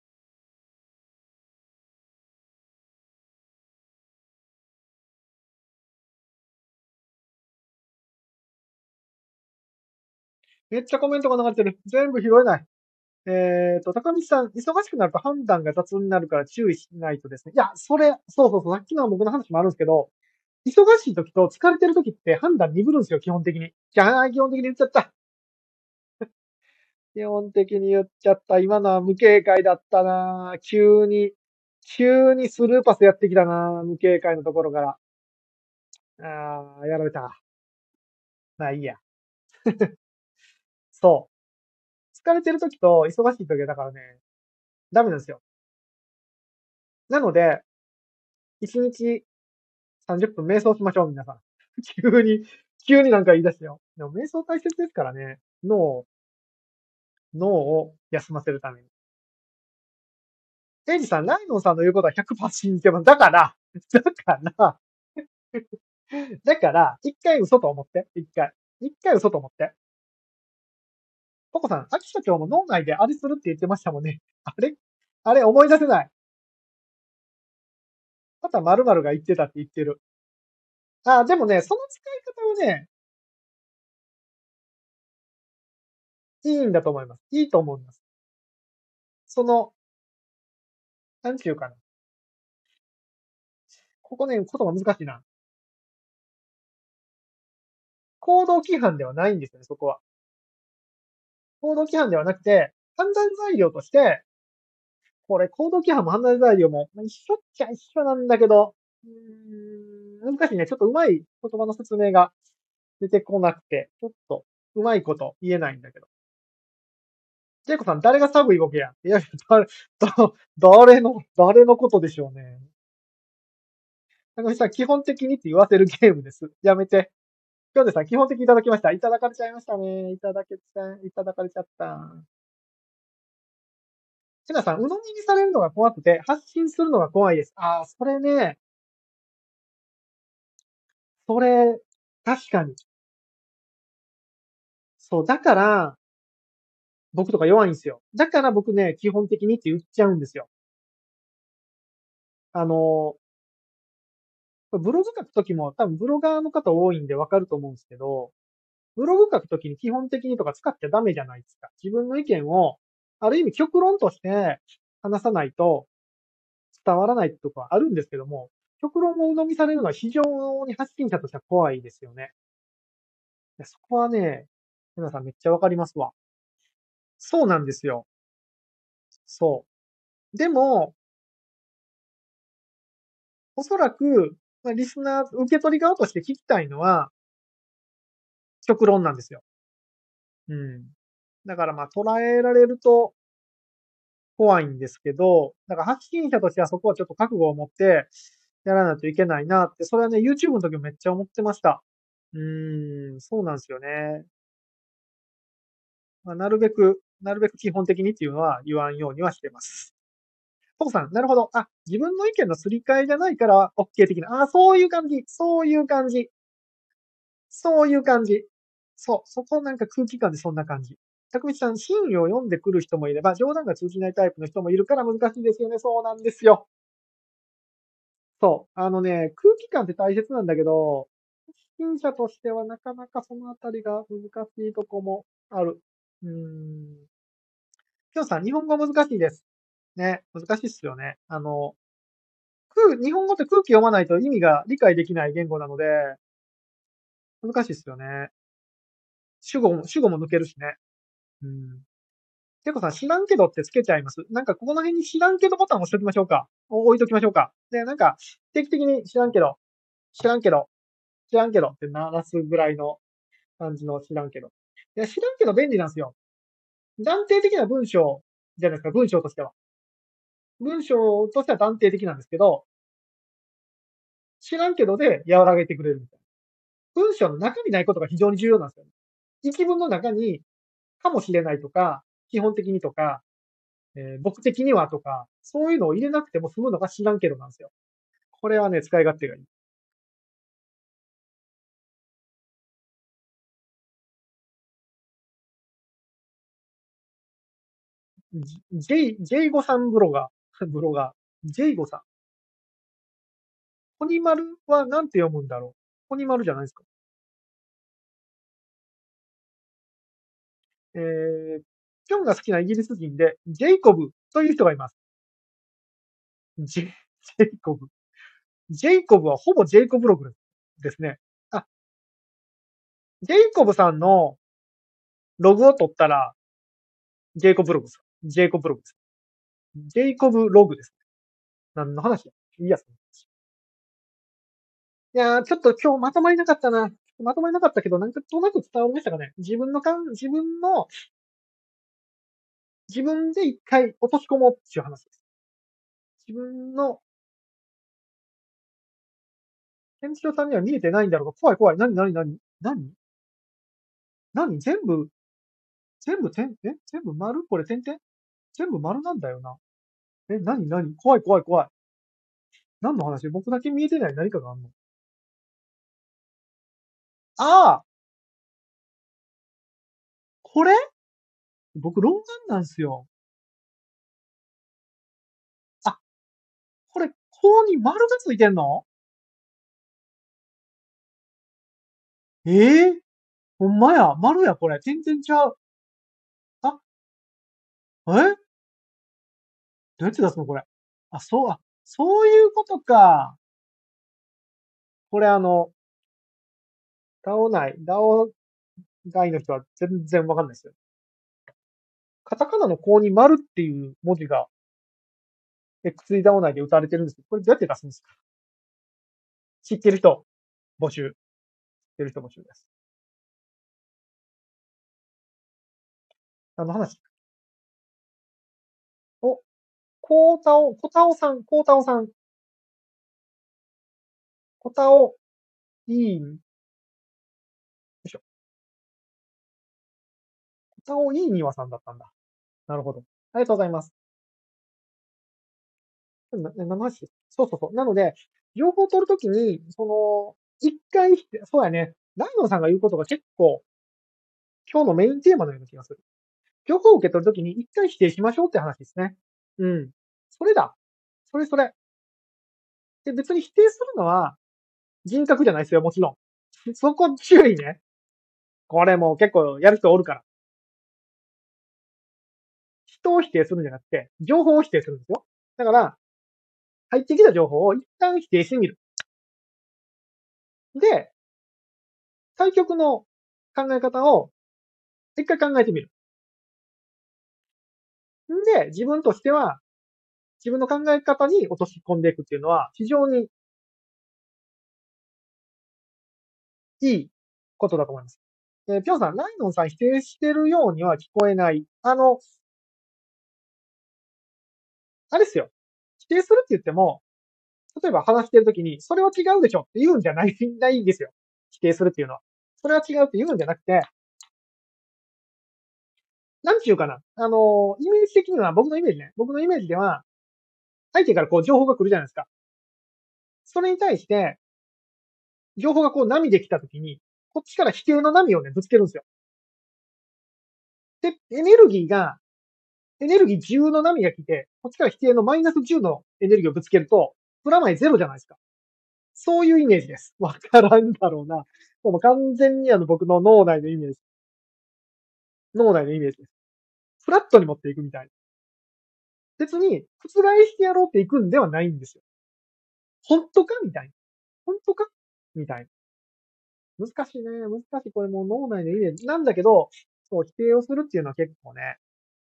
Speaker 1: めっちゃコメントが流れてる。全部拾えない。高見さん、忙しくなると判断が雑になるから注意しないとですね。いや、そう。さっきの僕の話もあるんですけど、忙しい時と疲れてる時って判断鈍るんですよ、基本的に。基本的に言っちゃった。 基本的に言っちゃった。今のは無警戒だったな。急にスルーパスやってきたな。無警戒のところから。やられた。まあいいや。そう。疲れてる時と忙しい時はだからね、ダメなんですよ。なので、1日30分瞑想しましょう、皆さん。急に、急になんか言い出してよ。でも瞑想大切ですからね。脳を休ませるために。エイジさん、ライノンさんの言うことは100%信じてます。だから、一回嘘と思って。一回嘘と思って。ポコさん、秋社長も脳内であれするって言ってましたもんね。あれ思い出せない。また〇〇が言ってたって言ってる。でもね、その使い方はね、いいんだと思います。いいと思います。その、なんていうかな。ここね、言葉難しいな。行動規範ではないんですよね、そこは。行動規範ではなくて、判断材料として、これ行動規範も判断材料も、一緒っちゃ一緒なんだけど、難しいね。ちょっとうまい言葉の説明が出てこなくて、ちょっとうまいこと言えないんだけど。ジェイコさん、誰が寒いボケや。いや、誰のことでしょうね。高橋さん、基本的にって言わせるゲームです。やめて。今日でさん、基本的にいただきました。いただかれちゃいましたね。いただかれちゃった。シナさん、鵜呑みにされるのが怖くて、発信するのが怖いです。それね、それ、確かに。そう、だから、僕とか弱いんですよ。だから僕ね、基本的にって言っちゃうんですよ。あの、ブログ書くときも多分ブロガーの方多いんでわかると思うんですけど、ブログ書くときに基本的にとか使っちゃダメじゃないですか。自分の意見を、ある意味極論として話さないと伝わらないとかあるんですけども、極論を鵜呑みされるのは非常に発信者としては怖いですよね。そこはね、皆さんめっちゃわかりますわ。そうなんですよ。そう。でも、おそらく、リスナー、受け取り側として聞きたいのは、極論なんですよ。うん。だから捉えられると怖いんですけど、だから発信者としてはそこはちょっと覚悟を持ってやらないといけないなって、それはね、YouTube の時もめっちゃ思ってました。そうなんですよね。なるべく基本的にっていうのは言わんようにはしてます。ポコさん、なるほど。自分の意見のすり替えじゃないから OK 的な。そういう感じ。そういう感じ。そういう感じ。そう。そこなんか空気感でそんな感じ。たさん、真意を読んでくる人もいれば、冗談が通じないタイプの人もいるから難しいですよね。そうなんですよ。そう。空気感って大切なんだけど、初心者としてはなかなかそのあたりが難しいとこもある。うーん。きょうさん、日本語難しいです。ね。難しいっすよね。日本語って空気読まないと意味が理解できない言語なので、難しいっすよね。主語も抜けるしね。うん。てこさん、知らんけどってつけちゃいます。なんか、ここの辺に知らんけどボタンを押しておきましょうか。置いときましょうか。で、なんか、定期的に知らんけど、知らんけど、知らんけどって鳴らすぐらいの感じの知らんけど。いや、知らんけど便利なんですよ。断定的な文章じゃないですか、文章としては。文章としては断定的なんですけど、知らんけどで和らげてくれるみたいな。文章の中にないことが非常に重要なんですよね。一文の中に、かもしれないとか、基本的にとか、僕的にはとか、そういうのを入れなくても済むのが知らんけどなんですよ。これはね、使い勝手がいい。ジェイゴさんブロガー。ジェイゴさん。コニマルはなんて読むんだろう。コニマルじゃないですか。えー、キョンが好きなイギリス人で、ジェイコブという人がいます。ジェイコブ。ジェイコブはほぼジェイコブログですね。あ、ジェイコブさんのログを取ったら、 ジェイコブログです。ジェイコブログです。ジェイコブログです。何の話や。いいやつ。いやー、ちょっと今日まとまりなかったな。まとまりなかったけど、なんかとなく伝わりましたかね。自分で一回落とし込もうっていう話です。自分の、ケンチロさんには見えてないんだろうが、怖い怖い。何全部丸これ点々全部丸なんだよな。怖い怖い怖い。何の話僕だけ見えてない何かがあんの？ああこれ僕、老眼なんすよ。あ、これ、こうに丸がついてんの？ええー、ほんまや。丸や、これ。点々ちゃう。あ、どうやって出すのこれ。そういうことか。これダオ外の人は全然わかんないですよ。カタカナのこうに丸っていう文字が X3 ダオ内で打たれてるんですけど、これどうやって出すんですか？知ってる人、募集。知ってる人募集です。何の話？お、コタオさん、コタオさん、コタオ、いい、よいしょ。コタオいいにわさんだったんだ。なるほど。ありがとうございます。何の話？そうそうそう。なので、情報を取るときに、一回そうやね。ライノンさんが言うことが結構、今日のメインテーマのような気がする。情報を受け取るときに一回否定しましょうって話ですね。うん。それだ。それ。で、別に否定するのは人格じゃないですよ、もちろん。そこ注意ね。これも結構やる人おるから。人を否定するんじゃなくて、情報を否定するんですよ。だから、入ってきた情報を一旦否定してみる。で、対局の考え方を一回考えてみる。で、自分としては、自分の考え方に落とし込んでいくっていうのは、非常にいいことだと思います。ぴょんさん、ライノンさん否定してるようには聞こえない。あれですよ。否定するって言っても、例えば話してるときに、それは違うでしょって言うんじゃないんですよ。否定するっていうのは。それは違うって言うんじゃなくて、なんちゅうかな。イメージ的には、僕のイメージね。僕のイメージでは、相手からこう情報が来るじゃないですか。それに対して、情報がこう波で来たときに、こっちから否定の波をね、ぶつけるんですよ。で、エネルギー10の波が来て、こっちから否定のマイナス10のエネルギーをぶつけると、プラマイゼロじゃないですか。そういうイメージです。わからんだろうな。もう完全に僕の脳内のイメージです。フラットに持っていくみたいな。別に、覆してやろうっていくんではないんですよ。本当かみたいな。本当かみたいな。難しいね。難しい。これもう脳内のイメージなんだけど、そう、否定をするっていうのは結構ね、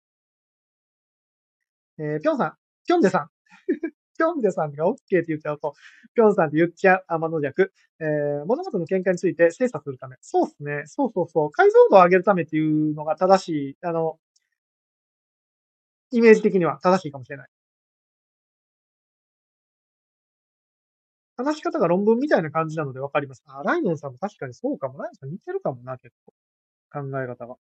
Speaker 1: ぴょんさん、ぴょんでさん、ぴょんでさんが OK って言っちゃうと、ぴょんさんって言っちゃう天の弱。物事の見解について精査するため。そうですね。そう。解像度を上げるためっていうのが正しい、イメージ的には正しいかもしれない。話し方が論文みたいな感じなのでわかります。ライノンさんも確かにそうかも。ライノンさん似てるかもな、結構。考え方が。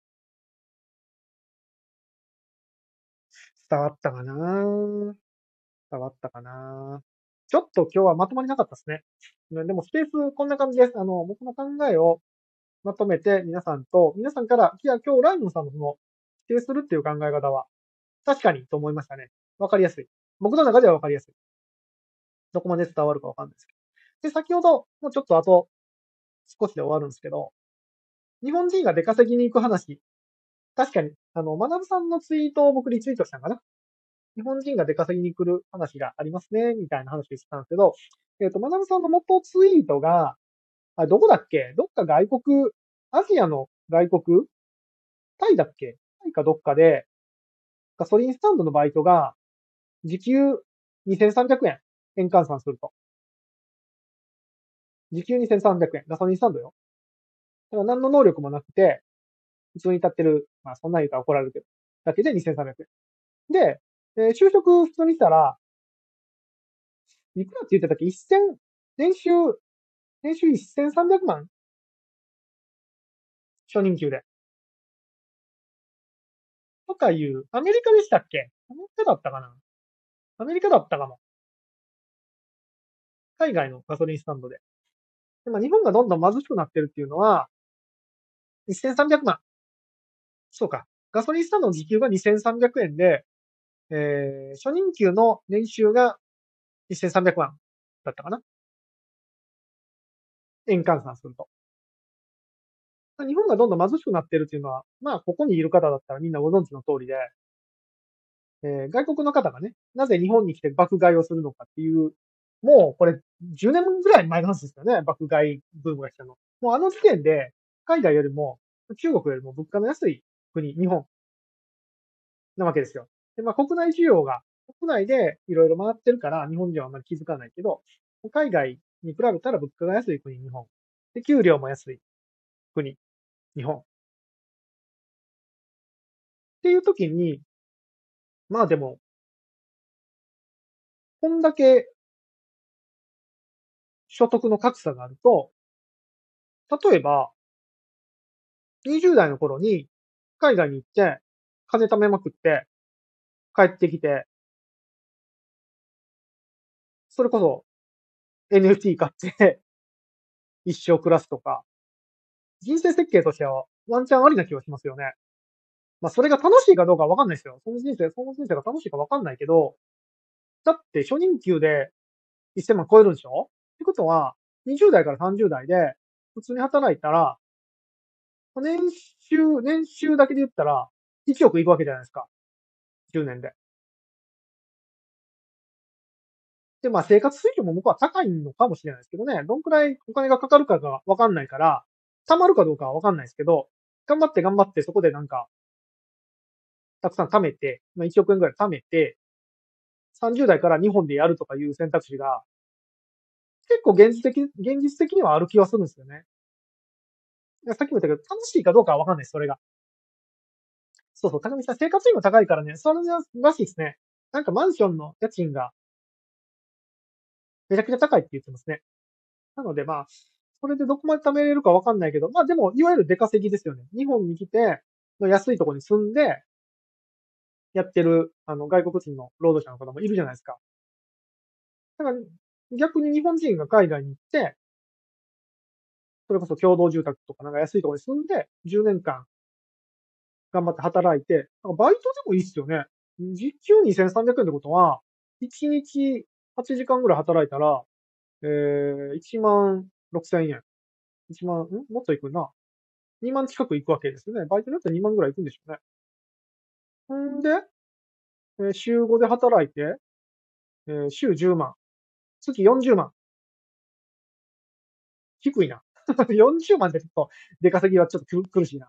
Speaker 1: 伝わったかな伝わったかなちょっと今日はまとまりなかったですね。でもスペースこんな感じです。僕の考えをまとめて皆さんから、いや、今日ライノンさんの否定するっていう考え方は、確かにと思いましたね。わかりやすい。僕の中ではわかりやすい。どこまで伝わるかわかんないですけど。で、先ほど、もうちょっとあと少しで終わるんですけど、日本人が出稼ぎに行く話、確かに、学さんのツイートを僕リツイートしたのかな。日本人が出稼ぎに来る話がありますね、みたいな話をしてたんですけど、学さんの元ツイートが、どこだっけどっか外国、アジアの外国タイだっけかどっかで、ガソリンスタンドのバイトが、時給2300円。円換算すると。時給2300円。ガソリンスタンドよ。だから何の能力もなくて、普通に立ってる。まあそんなん言うたら怒られるけど。だけで2300円。で、就職普通にしたら、いくらって言ってたっけ？ 1000、年収1300万？初任給で。とかいう、アメリカでしたっけ？アメリカだったかな？アメリカだったかも。海外のガソリンスタンドで。で、まあ、日本がどんどん貧しくなってるっていうのは、1300万。そうか。ガソリンスタンドの時給が2300円で、初任給の年収が1300万だったかな？円換算すると。日本がどんどん貧しくなってるっていうのは、まあ、ここにいる方だったらみんなご存知の通りで、外国の方がね、なぜ日本に来て爆買いをするのかっていう、もうこれ10年ぐらい前の話ですよね。爆買いブームが来たの。もうあの時点で、海外よりも、中国よりも物価の安い国、日本なわけですよ。で、まあ国内需要が、国内でいろいろ回ってるから、日本人はあんまり気づかないけど、海外に比べたら物価が安い国、日本。で、給料も安い国、日本。っていう時に、まあでも、こんだけ所得の格差があると、例えば、20代の頃に海外に行って、金貯めまくって、帰ってきて、それこそ NFT 買って一生暮らすとか、人生設計としてはワンチャンありな気がしますよね。まあそれが楽しいかどうかわかんないですよ。その人生が楽しいかわかんないけど、だって初任給で1000万超えるんでしょってことは、20代から30代で普通に働いたら、年収だけで言ったら1億いくわけじゃないですか。10年で。で、まあ生活水準も僕は高いのかもしれないですけどね、どんくらいお金がかかるかがわかんないから、貯まるかどうかはわかんないですけど、頑張ってそこでなんか、たくさん貯めて、まあ1億円ぐらい貯めて、30代から日本でやるとかいう選択肢が、結構現実的にはある気はするんですよね。さっきも言ったけど、楽しいかどうかはわかんないです、それが。そうそう、高見さん、生活費も高いからね、それらしいですね。なんかマンションの家賃がめちゃくちゃ高いって言ってますね。なのでまあ、それでどこまで貯めれるかわかんないけど、まあでも、いわゆる出稼ぎですよね。日本に来て、安いところに住んで、やってる、外国人の労働者の方もいるじゃないですか。だから、逆に日本人が海外に行って、それこそ共同住宅とかなんか安いところに住んで、10年間頑張って働いて、なんかバイトでもいいっすよね。時給2300円ってことは、1日8時間ぐらい働いたら、1万6000円。1万、もっといくな。2万近くいくわけですよね。バイトによって2万ぐらいいくんでしょうね。んで、週5で働いて、週10万。月40万。低いな。40万でちょっと、出稼ぎはちょっと苦しいな。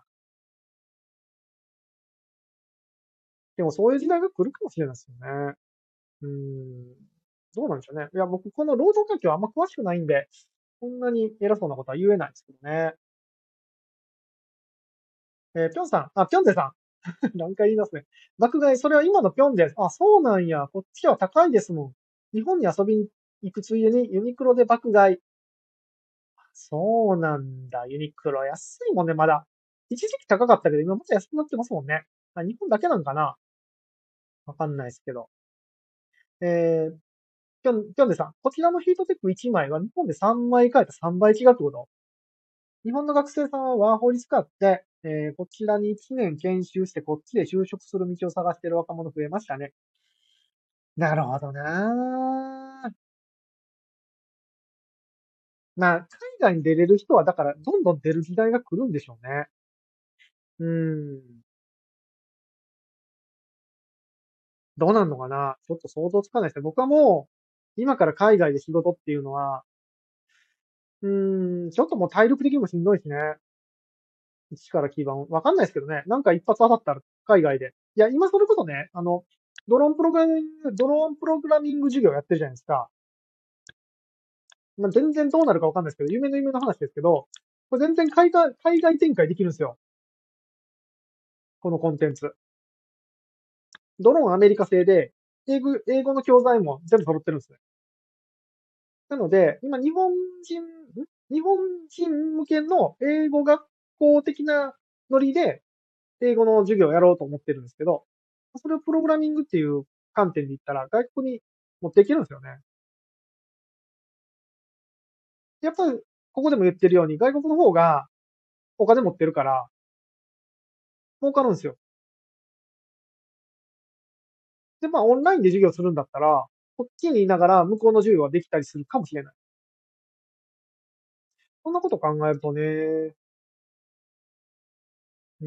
Speaker 1: でもそういう時代が来るかもしれないですよね。どうなんでしょうね。いや、僕この労働環境あんま詳しくないんで、そんなに偉そうなことは言えないですけどね。ぴょんさん、ぴょんでさん。何回言いますね。爆買い、それは今のぴょんです。あ、そうなんや。こっちは高いですもん。日本に遊びに行くついでにユニクロで爆買い。そうなんだ。ユニクロ安いもんね、まだ。一時期高かったけど、今また安くなってますもんね。日本だけなんかな？わかんないですけど。えー、ぴょんでさん。こちらのヒートテック1枚は日本で3枚買えた3倍違うってこと？日本の学生さんはワーホリ使って、こちらに1年研修してこっちで就職する道を探している若者増えましたね。なるほどな。まあ、海外に出れる人は、だから、どんどん出る時代が来るんでしょうね。うん。どうなんのかな、ちょっと想像つかないですね。僕はもう、今から海外で仕事っていうのは、ちょっともう体力的にもしんどいしね。 一から基盤、わかんないですけどね。なんか一発当たったら海外で。いや、今それこそね、ドローンプログラミング授業やってるじゃないですか。まあ、全然どうなるかわかんないですけど、夢の夢の話ですけど、これ全然海外展開できるんですよ。このコンテンツ。ドローンアメリカ製で、英語の教材も全部揃ってるんですね。なので、今日本人向けの英語学校的なノリで、英語の授業をやろうと思ってるんですけど、それをプログラミングっていう観点で言ったら、外国に持っていけるんですよね。やっぱり、ここでも言ってるように、外国の方がお金持ってるから、儲かるんですよ。で、まあ、オンラインで授業するんだったら、こっちにいながら向こうの授業ができたりするかもしれない。そんなこと考えるとね、うん。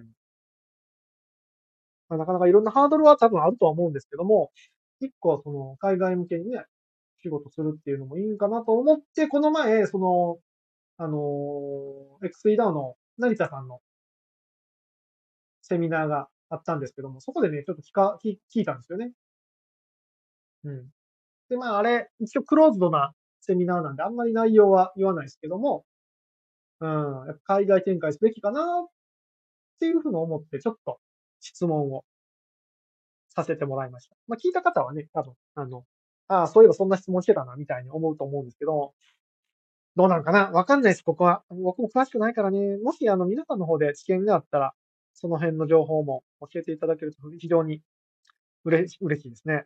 Speaker 1: まあ、なかなかいろんなハードルは多分あるとは思うんですけども、一個その海外向けにね、仕事するっていうのもいいんかなと思って、この前、XE ダウの成田さんのセミナーがあったんですけども、そこでね、ちょっと聞いたんですよね。うん。で、まあ、あれ、一応クローズドなセミナーなんで、あんまり内容は言わないですけども、うん、やっぱ海外展開すべきかなっていうふうに思って、ちょっと質問をさせてもらいました。まあ、聞いた方はね、多分、ああ、そういえばそんな質問してたな、みたいに思うと思うんですけど、どうなのかなわかんないです、ここは。僕も詳しくないからね。もし、皆さんの方で知見があったら、その辺の情報も教えていただけると非常に嬉しいですね。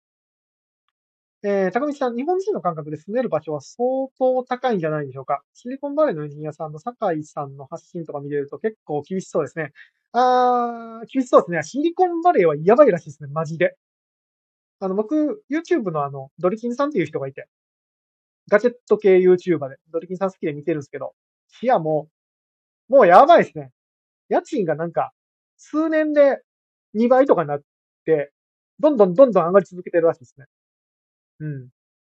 Speaker 1: 高道さん、日本人の感覚で住める場所は相当高いんじゃないでしょうか。シリコンバレーのエンジニアさんの酒井さんの発信とか見れると結構厳しそうですね。厳しそうですね。シリコンバレーはやばいらしいですね、マジで。僕、YouTube のドリキンさんっていう人がいて、ガジェット系 YouTuber で、ドリキンさん好きで見てるんですけど、いや、もうやばいですね。家賃がなんか、数年で2倍とかになって、どんどん上がり続けてるらしいですね。うん。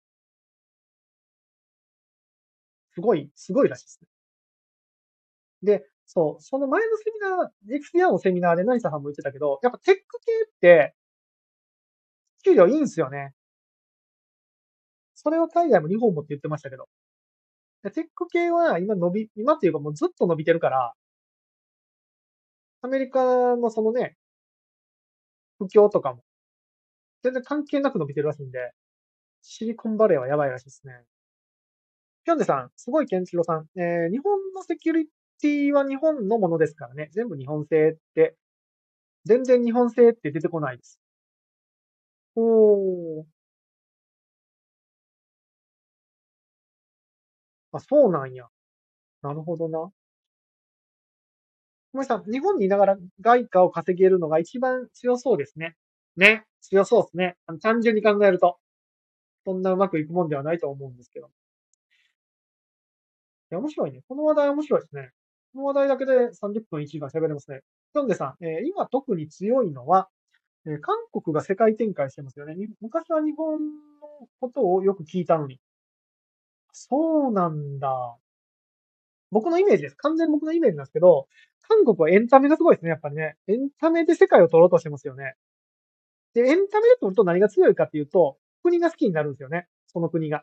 Speaker 1: すごいらしいですね。で、そう、その前のセミナー、XDR のセミナーで成田さんも言ってたけど、やっぱテック系って給料いいんですよね。それは海外も日本もって言ってましたけど。でテック系は今っていうかもうずっと伸びてるから、アメリカのそのね、不況とかも全然関係なく伸びてるらしいんで、シリコンバレーはやばいらしいですね。ピョンデさん、すごいケンチロさん。日本のセキュリティは日本のものですからね。全部日本製って、全然日本製って出てこないです。おー。あ、そうなんや。なるほどな。もえさん、日本にいながら外貨を稼げるのが一番強そうですね。ね。強そうですね。単純に考えると。そんなうまくいくもんではないと思うんですけど。いや、面白いね。この話題面白いですね。この話題だけで30分1時間喋れますね。ヒョンデさん、今特に強いのは、韓国が世界展開してますよね。昔は日本のことをよく聞いたのに。そうなんだ。僕のイメージです。完全に僕のイメージなんですけど、韓国はエンタメがすごいですね、やっぱりね。エンタメで世界を取ろうとしてますよね。で、エンタメで取ると何が強いかっていうと、国が好きになるんですよね。その国が。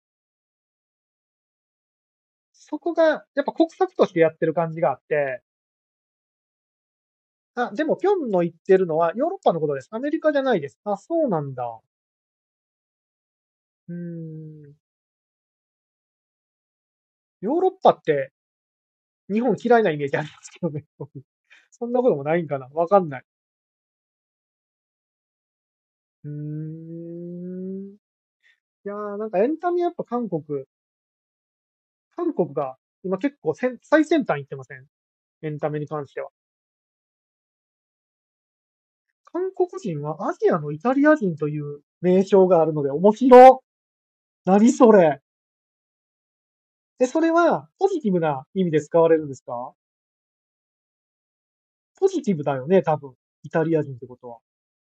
Speaker 1: そこが、やっぱ国策としてやってる感じがあって、でも、ピョンの言ってるのはヨーロッパのことです。アメリカじゃないです。あ、そうなんだ。うーん。ヨーロッパって日本嫌いなイメージありますけどね。そんなこともないんかなわかんない。うーん。いやー、なんかエンタメやっぱ韓国が今結構最先端行ってません？エンタメに関しては。韓国人はアジアのイタリア人という名称があるので面白。何それ。それはポジティブな意味で使われるんですか？ポジティブだよね、多分。イタリア人ってことは。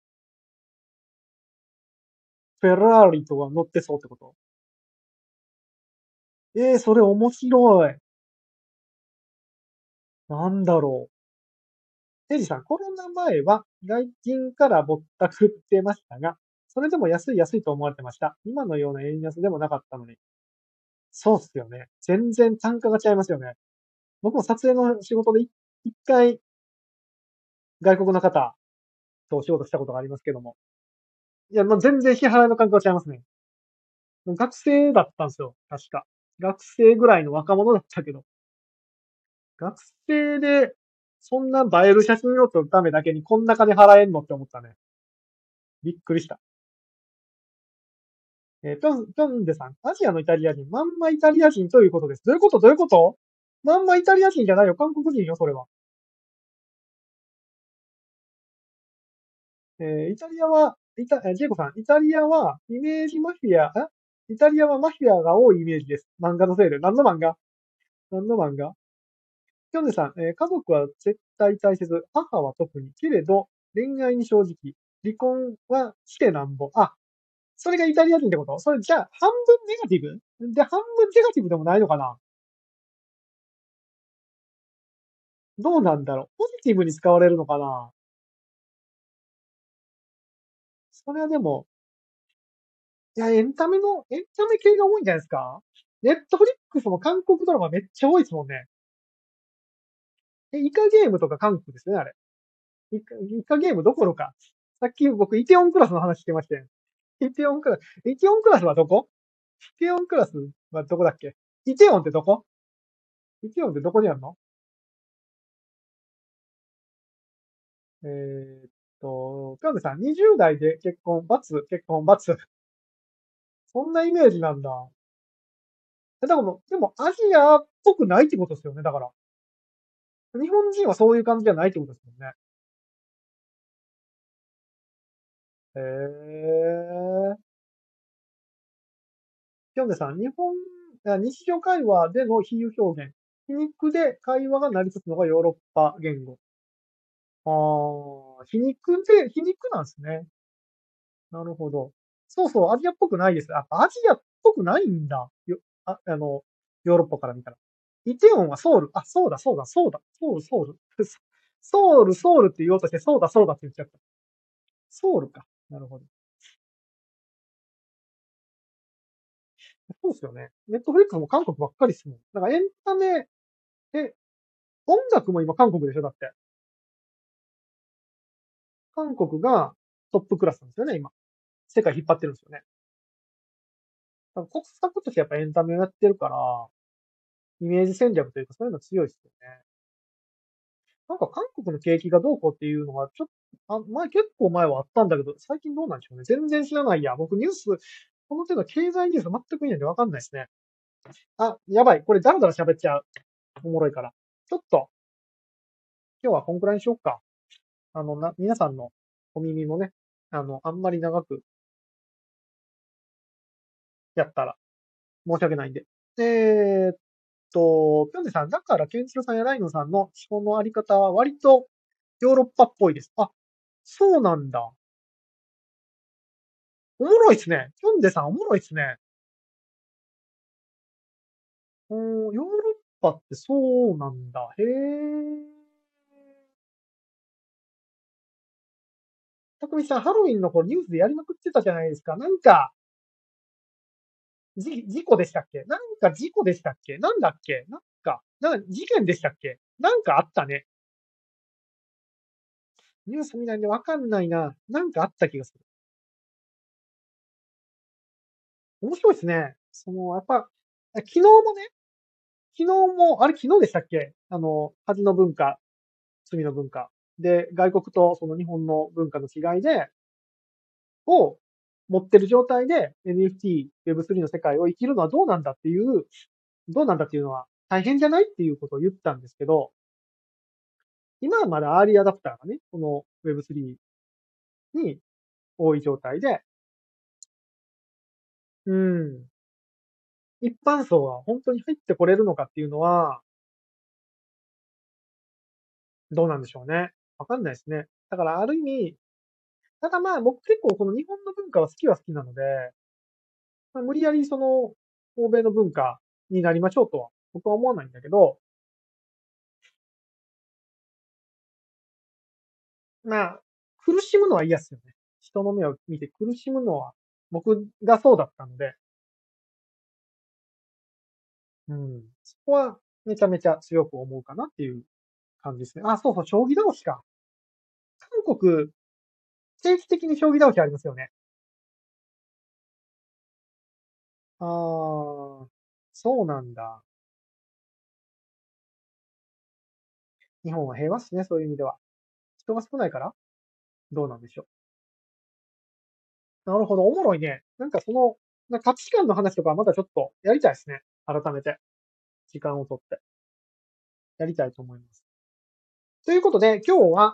Speaker 1: フェラーリとか乗ってそうってこと？それ面白い。 なんだろう。エイジさん、コロナ前は外人からぼったくってましたが、それでも安い安いと思われてました。今のような円安でもなかったのに。そうっすよね。全然単価が違いますよね。僕も撮影の仕事で一回外国の方とお仕事したことがありますけども。いや、まあ、全然支払いの感覚が違いますね。学生だったんですよ。確か。学生ぐらいの若者だったけど。学生で、そんな映える写真を撮るためだけにこんな金払えんのって思ったね。びっくりした。ぴょんでさん、アジアのイタリア人、まんまイタリア人ということです。どういうことどういうことまんまイタリア人じゃないよ。韓国人よ、それは。イタリアは、ジェイコさん、イタリアは、イメージマフィア、イタリアはマフィアが多いイメージです。漫画のせいで。何の漫画何の漫画きょんねさん、家族は絶対大切。母は特に。けれど、恋愛に正直。離婚はしてなんぼ。あ、それがイタリア人ってことそれじゃあ、半分ネガティブで、半分ネガティブでもないのかなどうなんだろうポジティブに使われるのかなそれはでも、いや、エンタメ系が多いんじゃないですかネットフリックスも韓国ドラマめっちゃ多いですもんね。イカゲームとか韓国ですね、あれ。イカゲームどころか。さっき僕、イテオンクラスの話してましたよ。イテオンクラスはどこイテオンクラスはどこだっけイテオンってどこイテオンってどこにあるのえーっカズさん、20代で結婚、×。そんなイメージなんだ。だから、でもアジアっぽくないってことですよね、だから。日本人はそういう感じじゃないってことですもんね。へー。ヒョンデさん、日常会話での比喩表現。皮肉で会話が成り立つのがヨーロッパ言語。皮肉なんですね。なるほど。そうそう、アジアっぽくないです。アジアっぽくないんだ。ヨーロッパから見たら。イテウォンはソウル。あ、そうだ、そうだ、そうだ。ソウル、ソウル。ソウルって言おうとして、そうだ、そうだって言っちゃった。ソウルか。なるほど。そうですよね。ネットフリックスも韓国ばっかりっすもん。だからエンタメ、え、音楽も今韓国でしょだって。韓国がトップクラスなんですよね、今。世界引っ張ってるんですよね。だから国策としてやっぱエンタメをやってるから、イメージ戦略というかそういうの強いですよね。なんか韓国の景気がどうこうっていうのが、ちょっと、結構前はあったんだけど、最近どうなんでしょうね。全然知らないや。僕ニュース、この手の経済ニュース全く見ないんでわかんないですね。あ、やばい。これダラダラ喋っちゃう。おもろいから。ちょっと、今日はこんくらいにしよっか。皆さんのお耳もね、あんまり長くやったら申し訳ないんで。ぴょんねさん、だから、ケンチロさんやライノさんの思考のあり方は割とヨーロッパっぽいです。あ、そうなんだ。おもろいっすね。ぴょんでさんおもろいっすね。ヨーロッパってそうなんだ。へえ。たくみさん、ハロウィンの頃ニュースでやりまくってたじゃないですか。なんか、事故でしたっけなんか事故でしたっけなんだっけなんか事件でしたっけなんかあったね。ニュース見ないんでわかんないな。なんかあった気がする。面白いですね。やっぱ、昨日も、あれ昨日でしたっけ恥の文化、罪の文化。で、外国とその日本の文化の違いを持ってる状態で NFT、Web3 の世界を生きるのはどうなんだっていうのは大変じゃないっていうことを言ったんですけど、今はまだアーリーアダプターがね、この Web3 に多い状態で、うん、一般層が本当に入ってこれるのかっていうのは、どうなんでしょうね。わかんないですね。だからある意味、ただまあ僕結構この日本の文化は好きは好きなので、まあ、無理やりその欧米の文化になりましょうとは僕は思わないんだけど、 まあ、苦しむのは嫌ですよね。人の目を見て苦しむのは、僕がそうだったので、うん。そこはめちゃめちゃ強く思うかなっていう感じですね。あ、そうそう、将棋倒しか。韓国、定期的に将棋倒しありますよね。ああ、そうなんだ。日本は平和っすね、そういう意味では。人が少ないからどうなんでしょう。なるほど、おもろいね。なんかその、価値観の話とかはまたちょっとやりたいですね。改めて。時間をとってやりたいと思います。ということで、今日は、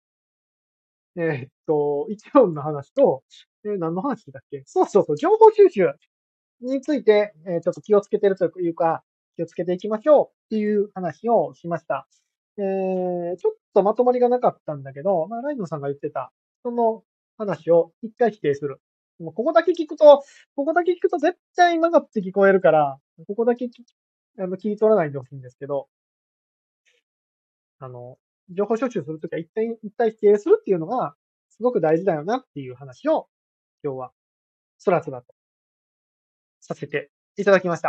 Speaker 1: 一論の話と、何の話だっけ。そうそうそう、情報収集について、ちょっと気をつけてるというか、気をつけていきましょうっていう話をしました。ちょっとまとまりがなかったんだけど、まあ、ライノさんが言ってた、その話を一回否定する。もうここだけ聞くと絶対曲がって聞こえるから、ここだけ聞い取らないでほしいんですけど、あの、情報収集するときは一体否定するっていうのが、すごく大事だよなっていう話を、今日は、つらつらとさせていただきました。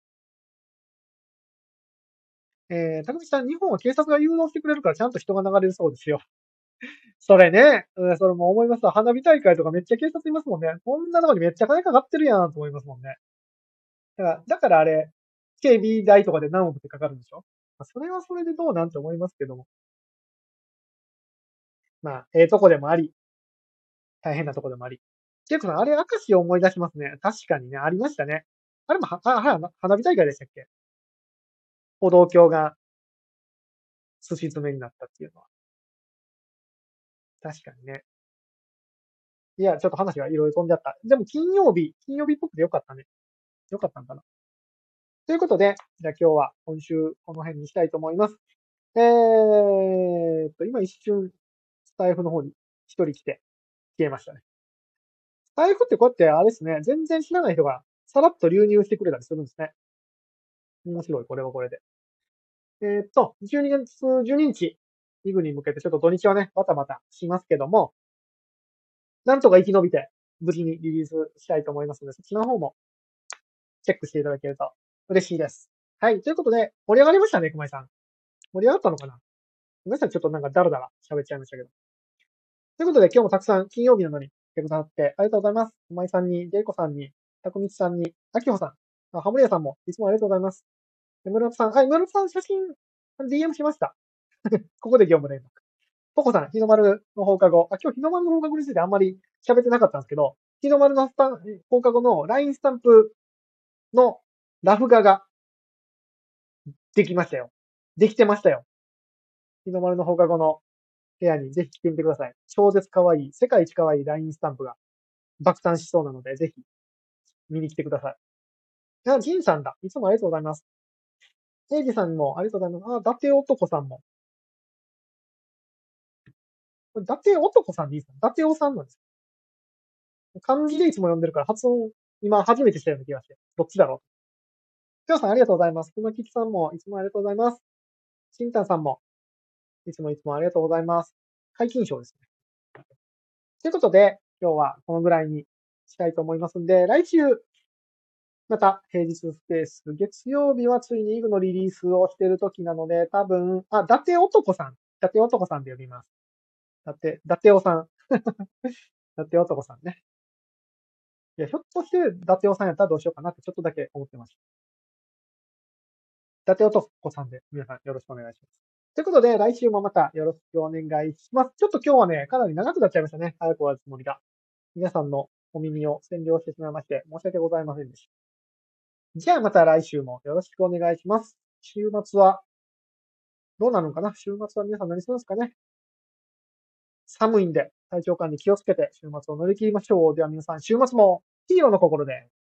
Speaker 1: 高木さん、日本は警察が誘導してくれるからちゃんと人が流れるそうですよ。それね、それも思いますわ。花火大会とかめっちゃ警察いますもんね。こんなとこにめっちゃ金かかってるやんと思いますもんね。だからあれ、警備代とかで何億ってかかるんでしょ。まあ、それはそれでどうなんて思いますけども。まあ、とこでもあり、大変なとこでもあり。結構あれ、明石を思い出しますね。確かにね、ありましたね。あれも花火大会でしたっけ。歩道橋がすし詰めになったっていうのは。確かにね。いや、ちょっと話がいろいろ飛んじゃった。でも金曜日っぽくてよかったね。よかったんかな。ということで、じゃあ今日は今週この辺にしたいと思います。今一瞬、スタイフの方に一人来て消えましたね。スタイフってこうやってあれですね、全然知らない人がさらっと流入してくれたりするんですね。面白い、これはこれで。12月12日、イブに向けてちょっと土日はね、バタバタしますけども、なんとか生き延びて、無事にリリースしたいと思いますので、そっちの方もチェックしていただけると嬉しいです。はい。ということで、盛り上がりましたね、熊井さん。盛り上がったのかな。ごめんなさい、ちょっとなんかダラダラ喋っちゃいましたけど。ということで、今日もたくさん金曜日なのに来てくださってありがとうございます。熊井さんに、ジェイコさんに、たくみちさんに、あきほさん、ハムリヤさんもいつもありがとうございます。で村田さん、はい、村田さん写真 DM しました。ここで業務連絡。ポコさん、日の丸の放課後。今日日の丸の放課後についてあんまり喋ってなかったんですけど、日の丸の放課後の LINE スタンプのラフ画ができましたよ。できてましたよ。日の丸の放課後の部屋にぜひ来てみてください。超絶可愛い、世界一可愛い LINE スタンプが爆誕しそうなので、ぜひ見に来てください。ジンさんだ。いつもありがとうございます。エイジさんもありがとうございます。伊達男さんも。伊達男さんでいいですか？伊達男さんなんです。漢字でいつも読んでるから発音、今初めてしたような気がして。どっちだろう。きょうさんありがとうございます。熊吉さんもいつもありがとうございます。しんたんさんもいつもありがとうございます。解禁賞ですね。ということで、今日はこのぐらいにしたいと思いますんで、来週、また平日スペース、月曜日はついにイグのリリースをしている時なので、多分、伊達男さん。伊達男さんで呼びます。伊達男さん。伊達男さんね。いや、ひょっとして伊達男さんやったらどうしようかなってちょっとだけ思ってました。伊達男さんで皆さんよろしくお願いします。ということで、来週もまたよろしくお願いします。ちょっと今日はね、かなり長くなっちゃいましたね。早く終わるつもりが。皆さんのお耳を占領してしまいまして、申し訳ございませんでした。じゃあまた来週もよろしくお願いします。週末はどうなのかな。週末は皆さん何するんですかね。寒いんで、体調管理気をつけて週末を乗り切りましょう。では皆さん、週末もヒーローの心で。